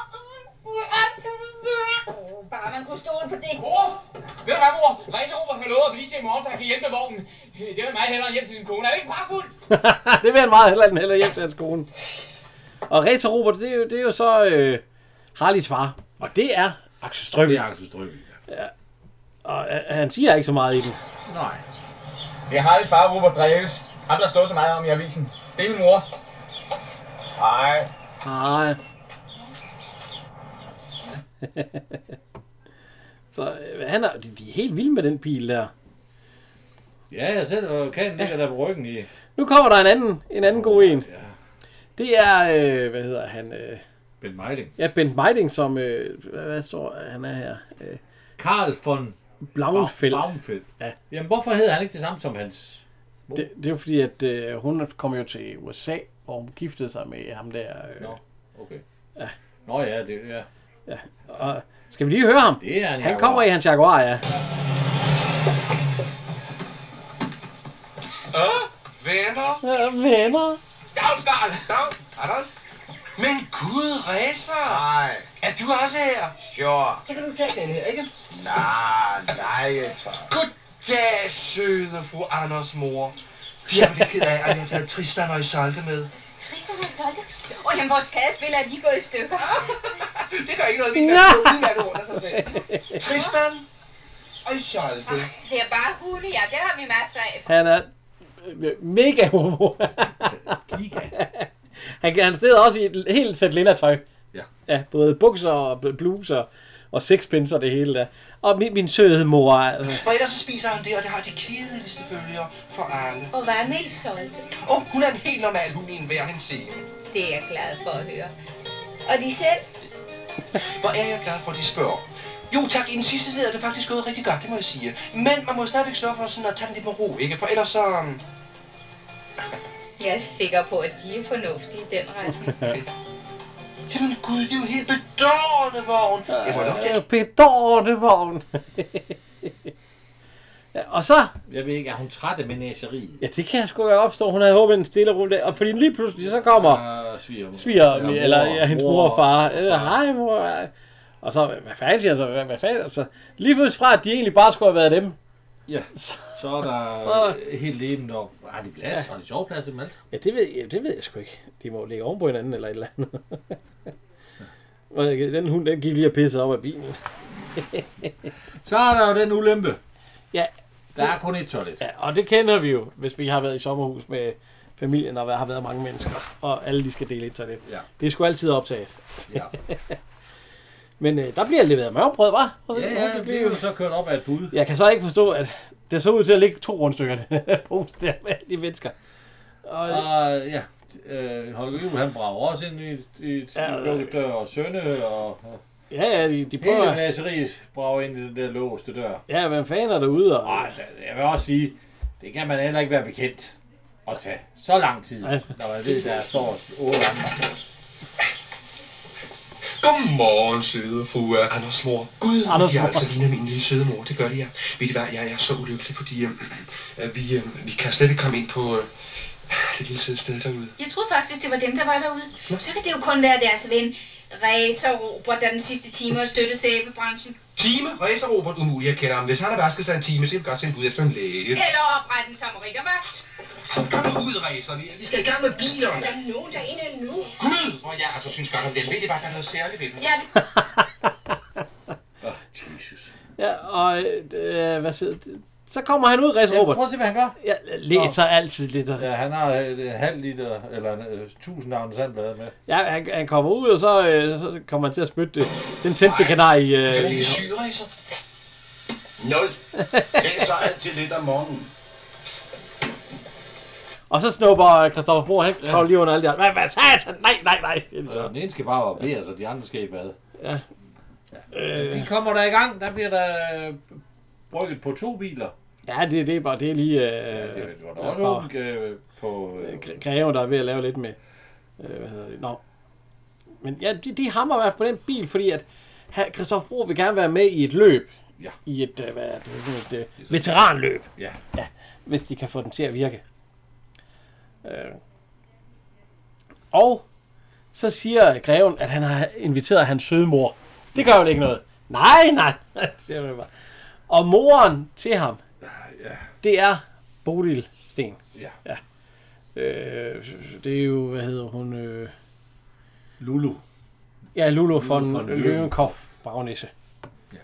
Bare man kunne stole på det. Ved du hvad, mor? Rejserober har lovet at blive til i morgen, så han kan hjælpe vognen. Det vil meget hellere hjem til sin kone. Er det ikke pragtfuldt? Det vil han meget hellere end hjem til hans kone. Og Rita Robert, det er jo så Harleys far. Og det er Axel Strøby. Det er Axel Strøby, ja. Og han siger ikke så meget i den. Nej. Det er Harleys far, Robert Dreves. Ham, der står så meget om i avisen. Det er min mor. Hej. Nej. Så han er, de er helt vilde med den pil der. Ja, jeg selv, og kanen ligger der på ryggen i. Nu kommer der en anden god en. Ja. Det er, hvad hedder han? Bent Meiding. Ja, Bent Meiding, som, hvad står han er her? Karl von Blauenfeldt. Ja. Jamen, hvorfor hedder han ikke det samme som hans mor? Det er jo fordi, at hun kom jo til USA, og hun giftede sig med ham der. Nå, okay. Ja. Nå ja, det er... Ja, og skal vi lige høre ham? Det er han, han kommer i hans Jaguar, ja. Venner? Ja, venner. Dag, Anders. Men gud, Racer! Nej. Er du også her? Sure. Så kan du tage den her, ikke? Nej. Goddag, søde fru Anders mor. Jeg er lidt ked af, at jeg har taget Tristan og Isolde med. Tristan og Isolde? Jamen, vores kagespiller er lige gået i stykker. Det gør ikke noget, vi kan få uden at det under sig selv. Tristan og Isolde. Det er bare hule, ja. Det har vi masser af. Han er mega homo. Han steder også i et helt sæt lindertøj. Ja. Ja, både bukser og bluser og sexpins og det hele der. Og min søde mor. Altså. Og ellers så spiser han det, og det har de kedeligste følger for alle. Og hvad med Isolde? Hun er en helt normal hund i enhver henseende. Det er jeg glad for at høre. Og de selv? Hvor er jeg glad for, at de spørger. Jo tak, i den sidste side er det faktisk gået rigtig godt, det må jeg sige. Men man må stadigvæk sørge for sådan at tage den lidt med ro, ikke? For ellers så... Jeg er sikker på, at de er fornuftige i den retning. Jamen gud, det er jo helt bedårende vogn. Bedårende vogn. Ja, og så... Jeg ved ikke, er hun træt af menageriet? Ja, det kan jeg sgu godt opstå. Hun havde håbet en stille og rolig. Og fordi lige pludselig så kommer... Sviger, eller hendes mor og far. Hej mor. Og så, hvad fanden siger så? Hvad fanden? Altså, lige pludselig fra, at de egentlig bare skulle have været dem. Ja, så er der helt levende op. Har de plads? Har de soveplads dem alt? Ja, det ved jeg sgu ikke. De må ligge oven på hinanden eller et eller andet. Den hund, den gik lige og pisse op af bilen. Så er der jo den ulempe. Ja. Der er kun et toilet. Ja, og det kender vi jo, hvis vi har været i sommerhus med familien, og har været mange mennesker, og alle de skal dele et toilet. Ja. Det er sgu altid optaget. Ja. Men der bliver leveret mørbrød, hva'? Ja, det bliver jo så kørt op af et bud. Jeg kan så ikke forstå, at det så ud til at ligge 2 rundstykker på der med de mennesker. Og ja, Holger Juhl, han brager også ind i et lukket dør, og Sønne, og... Ja, de prøver... Hele menageriet brager ind i den der låste dør. Ja, hvem fanden er derude? Og... Jeg vil også sige, det kan man heller ikke være bekendt at tage så lang tid, når man ved, der står 8 andre. Godmorgen, søde fru Anders mor. Gud, de altså ligner min lille søde mor. Det gør de, ja. Ved I hvad, jeg er så ulykkelig, fordi vi kan slet ikke komme ind på det lille søde sted derude. Jeg troede faktisk, det var dem, der var derude. Så kan det jo kun være deres ven, Racer Robert, der den sidste time har støttet sæbebranchen. Time? Racer Robert? Umuligt, jeg kender ham. Hvis han har vasket sig en time, så kan vi godt sende bud efter en læge. Eller oprette en samaritervagt. Kom nu ud, Racer. Vi skal i gang med bilerne. Der er nogen derinde nu. Kom ud! Og jeg altså synes godt om den. Ved I bare, der er noget særligt ved den? Ja. Jesus. Ja, og hvad siger så kommer han ud, Racer Robert. Prøv at se, hvad han gør. Ja, læser altid lidt. Ja, han har en halv liter, eller 1000 navn sandblade med. Ja, han kommer ud, og så kommer han til at spytte den tændste kanar i... Kan man ikke syge, Racer? 0. Læser altid lidt om morgenen. Og så snupper Christoffer Bohr, han kravler lige under alle de her. Hvad satan? Nej. Den ene skal bare barbere, så de andre skal i bad. Ja. De kommer der i gang. Der bliver der brygget på 2 biler. Ja, det er lige... det var da også åbent på... Greve, der er ved at lave lidt med... hvad hedder det? Nå. Men ja, de hammer i hvert fald på den bil, fordi at Christoffer Bohr vil gerne være med i et løb. Ja. I et, hvad er det, sådan et veteranløb. Ja. Hvis de kan få den til at virke. Og så siger greven, at han har inviteret hans søde mor. Det gør jo ikke noget. Nej. Og moren til ham, det er Bodil Sten. Ja. Det er jo, hvad hedder hun? Lulu. Ja, Lulu von Løvenkopf, baronesse. Ja.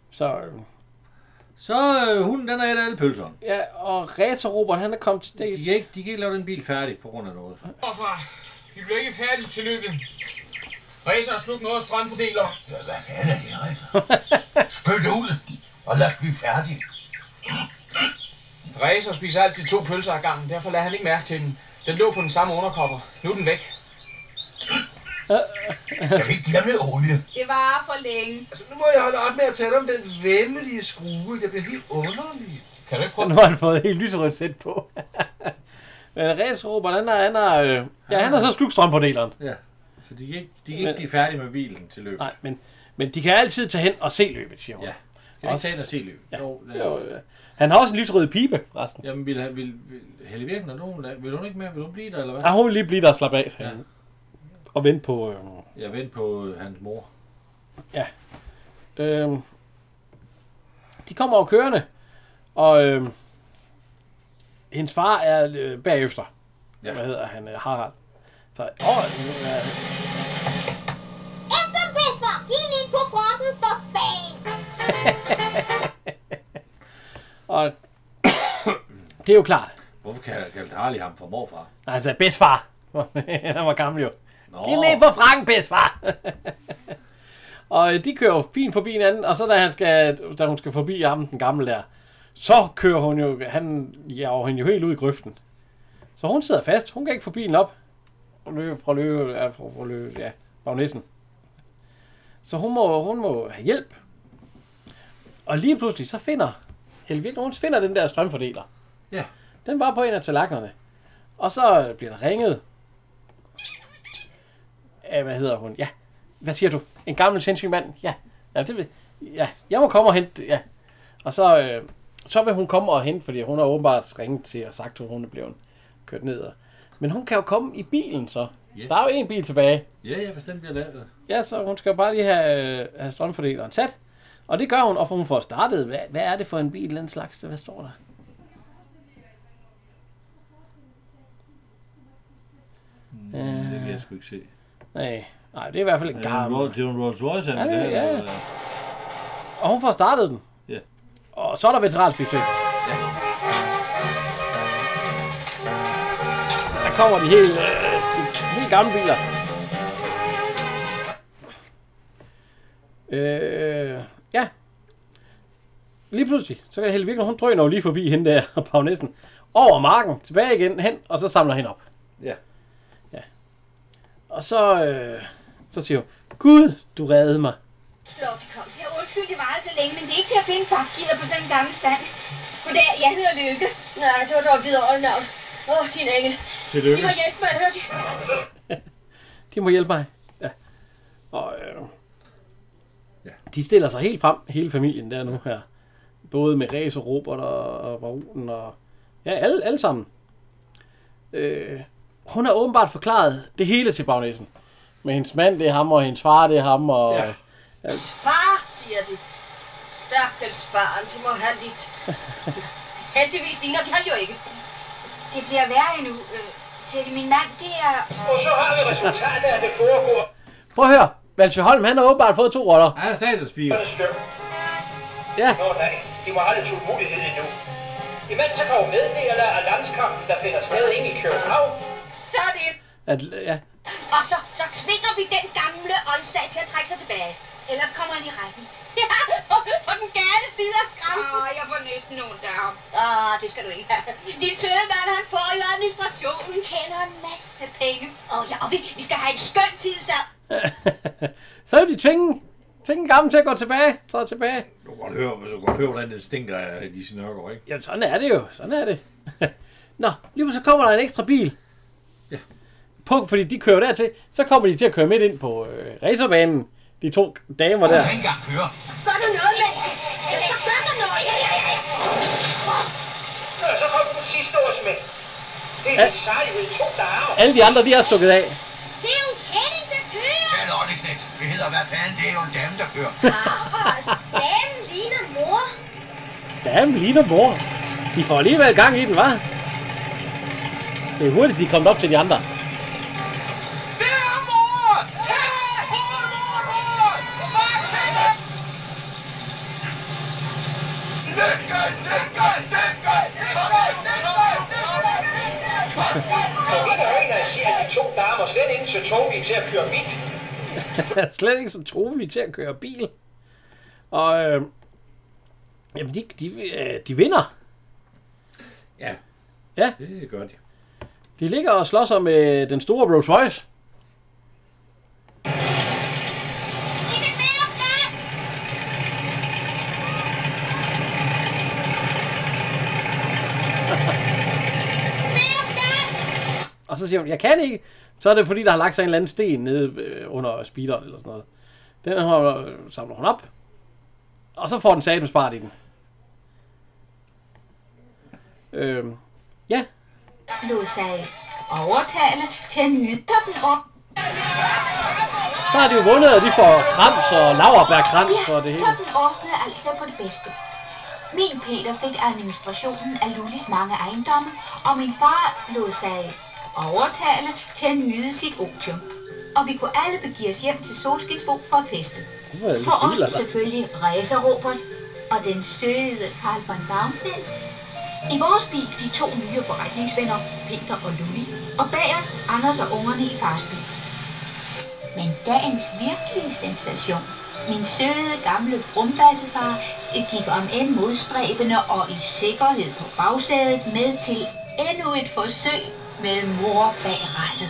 Så hunden, den er et af alle pølserne. Ja, og Racer Robert, han er kommet til det. De kan ikke lave den bil færdig på grund af noget. Hvorfor? Vi bliver ikke færdige til løbet. Racer har slugt noget af strømfordeler. Ja, hvad fanden er det, Racer? Spyt det ud, og lad os blive færdige. Racer spiser altid 2 pølser ad gangen, derfor lader han ikke mærke til den. Den lå på den samme underkopper. Nu er den væk. Kan vi ikke give ham lidt olie? Det var for længe. Altså, nu må jeg holde op med at tale om den vemmelige skrue. Det bliver helt underligt. Kan du ikke prøve? Nu har han fået helt lyserødt sæt på. Men Racer Robert, han har så slugt strømfordeleren. Ja, så de kan ikke blive færdige med bilen til løbet. Nej, men de kan altid tage hen og se løbet, siger hun. Ja, kan ikke tage hen og se løbet? Ja. Jo. Han har også en lysrød pibe, forresten. Jamen, vil Helle Virkner nogen? Vil hun ikke med? Vil hun blive der, eller hvad? Ja, hun vil lige blive der og slappe af. Ja. Og vente på... vente på hans mor. Ja. De kommer over kørende, og hendes far er bagefter. Ja. Hvad hedder han? Harald. Så, Efter bedstfar, helt ind på kroppen for bag. Og det er jo klart. Hvorfor kaldte Harley ham for morfar? Altså, bedstfar. Han var gammel jo. Giv ned på frakken, bedstfar. Og de kører jo fint forbi hinanden, og så da hun skal forbi ham, den gamle der, så kører hun jo, han jager hende jo helt ud i grøften. Så hun sidder fast, hun kan ikke få bilen op. Fra bagnæssen. Så hun må have hjælp. Og lige pludselig, så finder Helvig, hun finder den der strømfordeler. Ja. Den var på en af tallerkenerne. Og så bliver der ringet. Hvad hedder hun? Ja. Hvad siger du? En gammel sindssyg mand? Ja. Ja, jeg må komme og hente. Ja. Og så vil hun komme og hente, fordi hun har åbenbart ringet til og sagt, at hun er blevet kørt ned. Men hun kan jo komme i bilen så. Yeah. Der er jo en bil tilbage. Ja, bestemt bliver det. Ja, så hun skal jo bare lige have strømfordeleren sat. Og det gør hun, og hun får startet. Hvad er det for en bil, den slags? Hvad står der? Det vil jeg sgu ikke se. Nej, det er i hvert fald en gammel. Det er en Rolls Royce, ja, ja. Og hun får startet den. Ja. Og så er der veteranspilsfælde. Ja. Der kommer de helt gamle biler. Ja. Lige pludselig, så kan Helle Virkner, hun drøner jo lige forbi hende der og bagnæssen. Over marken, tilbage igen, hen, og så samler hende op. Ja. Ja. Og så siger hun, Gud, du reddede mig. Flot, kom. Jeg undskyld, det var så længe, men det er ikke til at finde fakgider på sådan en gammel stand. Goddag, jeg hedder Lykke. Nej, det var dog et videre navn. Din engel. Tillykke. De må hjælpe mig, hørte de? De må hjælpe mig. Ja. Og de stiller sig helt frem, hele familien der nu her. Både med Racer, Robert og baronen og... Ja, alle sammen. Hun har åbenbart forklaret det hele til bagnæssen. Med hendes mand, det er ham, og hendes far, det er ham, og... Ja. Far, siger de. Stakkels barn, de må have lidt. Heldigvis ligner de han jo ikke. Det bliver værre endnu. Siger de, min mand, det er... Og så har vi resultatet af det foregår. Prøv at høre. Valsø Holm, han har åbenbart fået 2 roller. Han er stadionspeaker. Ja. Nå nej, de må have lidt mulighed endnu. Imens så kan jo meddele af landskampen, der finder sted inde i København. Så er det. Ja. Og så tvinger vi den gamle åndssag til at trække sig tilbage. Ellers kommer han i retten. Ja, på den gale side af skrampen. Jeg får næsten ondt af ham. Det skal du ikke have. Din søde mand, han får i administrationen, tjener en masse penge. Ja, og vi skal have en skøn tid sammen. Så er de tvinge gamle til at gå tilbage. Så tilbage. Du kan godt høre, hvordan det stinker af de snørker, ikke? Ja, sådan er det jo. Sådan er det. Nå, lige så kommer der en ekstra bil. Ja. Fordi de kører dertil. Så kommer de til at køre midt ind på racerbanen. De 2 damer der. Jeg kan ikke engang køre. Gør du noget, mand? Så gør du noget. Så kom den sidste årsmænd. Det er en sejlighed 2 dage. Alle de andre, de har stukket af. Det er jo en kælling, der kører. Ja, nå, det knægt. Det hedder, hvad fanden, det er jo en dame, der kører. Damen ligner mor. Damen ligner mor. De får alligevel gang i den, hva'? Det er hurtigt, de er kommet op til de andre. Det er mor! Tobi til at køre bil. Slet ikke så Tobi til at køre bil. Og jamen, de vinder. Ja. Ja. Det gør de. De ligger og slår sig med den store Rolls Royce. Og så siger hun, jeg kan ikke. Så er det fordi, der har lagt sig en eller anden sten nede under speederen eller sådan noget. Den samler hun op. Og så får den satans fart i den. Ja. Lod sig overtale til at nyde den op. Så har de jo vundet, at de får krans og laurbærkrans og det hele. Så den ordnede altså på det bedste. Min Peter fik administrationen af Lullis mange ejendomme, og min far lod sig overtale til at nyde sit otium. Og vi kunne alle begive os hjem til Solskinsbo for at feste. For os selvfølgelig Racer Robert og den søde Karl von Baumfeld. I vores bil de 2 nye forretningsvenner, Peter og Lulli, og bag os Anders og ungerne i fars bil. Men dagens virkelige sensation, min søde gamle brumbassefar, gik om end modstræbende og i sikkerhed på bagsædet med til endnu et forsøg med mor bag rattet.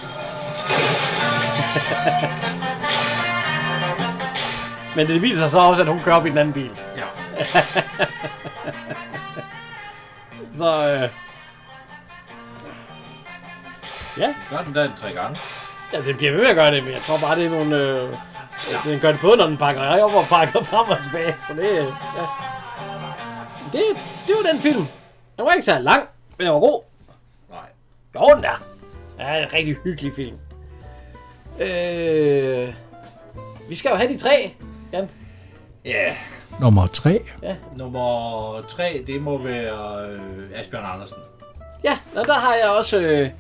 Men det viser sig så også, at hun kører op i den anden bil. Ja. Så ja. Gør den der 3 gange? Ja, den bliver ved med at gøre det, men jeg tror bare, det er nogle... Den gør det på, når den pakker op og pakker frem og tilbage, så det... Ja. Det var den film. Den var ikke så lang, men den var god. Nej. Jo, den der. Ja, en rigtig hyggelig film. Vi skal jo have de 3, Jan. Ja. Nummer 3. Ja. Nummer 3, det må være Asbjørn Andersen. Ja, og der har jeg også...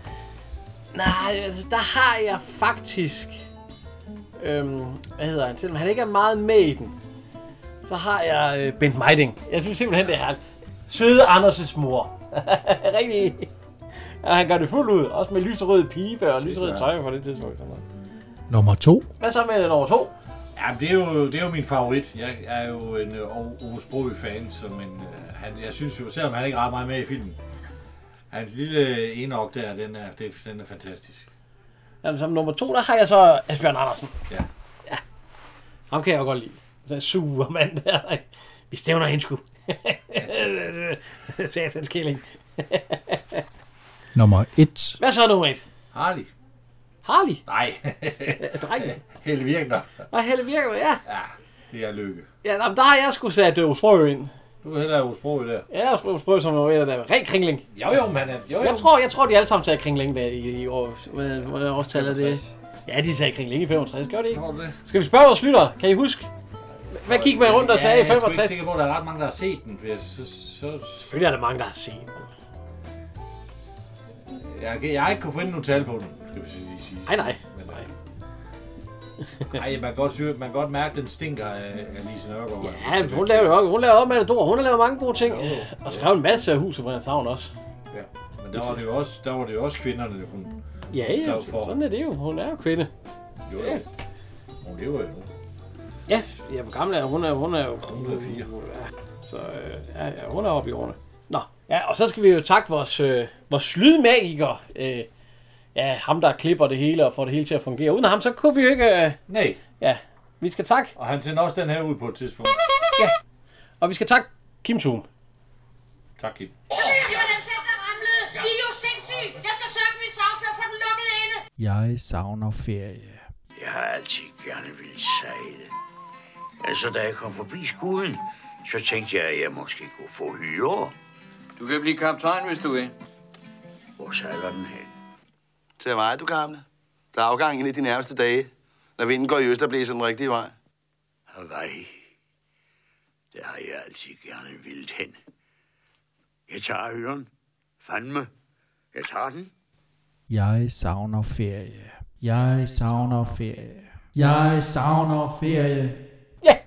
der har jeg faktisk... hvad hedder han? Selvom han ikke er meget med i den, så har jeg Bent Meiding. Jeg synes simpelthen, det er søde Anders' mor. Rigtig... Ja, han gør det fuldt ud. Også med lyserød pibe og lyserød tøj på det tidspunkt. Nummer 2. Hvad så med nummer 2? Ja, det er jo min favorit. Jeg er jo en Ove Sprogøe-fan, jeg synes jo, selvom han ikke ret meget med i filmen, hans lille enok der, den er fantastisk. Jamen, som nummer 2, der har jeg så Asbjørn Andersen. Ja. Ja. Ham kan jeg jo godt lide. Så en sur mand der. Vi stævner hende sgu. Satans kælling. Nummer 1. Hvad så nummer 1? Harley. Harley? Nej. Drengen. Helle Virkner. Nej, Helle Virkner, ja. Ja, det er lykke. Ja, der har jeg sgu sat Ove Sprogøe ind. Du er heller Ove Sprogøe der. Ja, Ove Sprogøe som var der. Ren Kringling. Jo, man er. Jo. Jeg tror, de alle sammen sagde Kringling der i år. Hvad årstal er det? Ja, de sagde Kringling i 65. Gør det ikke? Skal vi spørge vores lytter? Kan I huske? Hvad gik man rundt og sagde i 65? Jeg er ikke sikker på, at der er ret mange, der har set den. Selvfølgelig er der mange, der har set den. Jeg har ikke kunnet finde nogen tal på den, skal vi sige. Nej. Nej, man kan godt mærke, at den stinker af Lise Nørgaard. Ja, hun lavede op med det dår. Hun har lavet mange gode ting. Og skrev en masse af Huset på Hans Havn også. Ja, men der var det jo også kvinderne, hun skrev for. Sådan er det jo. Hun er jo kvinde. Jo, ja. Hun lever jo nu. Ja, hvor gammel er hun? Hun er jo 104. Så hun er oppe i årene. Nå, ja, og så skal vi jo takke vores lydmagiker. Ham der klipper det hele og får det hele til at fungere. Uden ham, så kunne vi jo ikke... Nej. Ja, vi skal takke. Og han sender også den her ud på et tidspunkt. Ja, og vi skal takke Kim Thum. Tak, Kim. Det var dem selv, der ramlede. De er jo sindssyge. Jeg skal sørge for mit sagfører for den lukkede inde. Jeg savner ferie. Jeg har altid gerne ville sejle. Altså, da jeg kom forbi skuden, så tænkte jeg, at jeg måske kunne få hyre. Du kan blive kaptajn, hvis du vil. Hvor sejler den hen? Til mig, du gamle. Der er afgang ind i de nærmeste dage, når vinden går i øst og blæser den rigtige vej. Vej. Det har jeg altid gerne vildt hen. Jeg tager hyren. Fandme. Jeg tager den. Jeg savner ferie. Jeg savner ferie. Jeg savner ferie. Ja.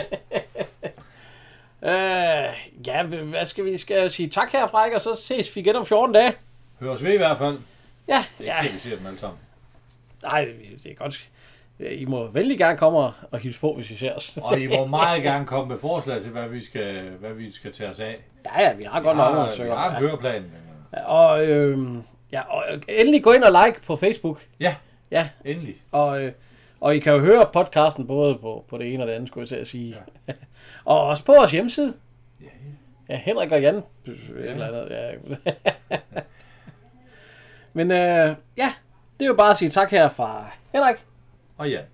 Ja, hvad skal vi sige tak herfra, og så ses vi igen om 14 dage. Høres vi i hvert fald. Ja. Det er vi ser dem alle sammen. Nej, det er godt. I må vældig gerne komme og hilse på, hvis I ser os. Og I må meget gerne komme med forslag til, hvad vi skal tage os af. Ja, vi har godt nok Vi har en køreplan. Og endelig gå ind og like på Facebook. Ja, endelig. Og I kan jo høre podcasten både på det ene og det andet, skulle jeg til at sige. Ja. Og også på vores hjemmeside. Ja, Henrik og Jan. Eller andet. Ja. Men det er jo bare at sige tak her fra Henrik. Og Jan.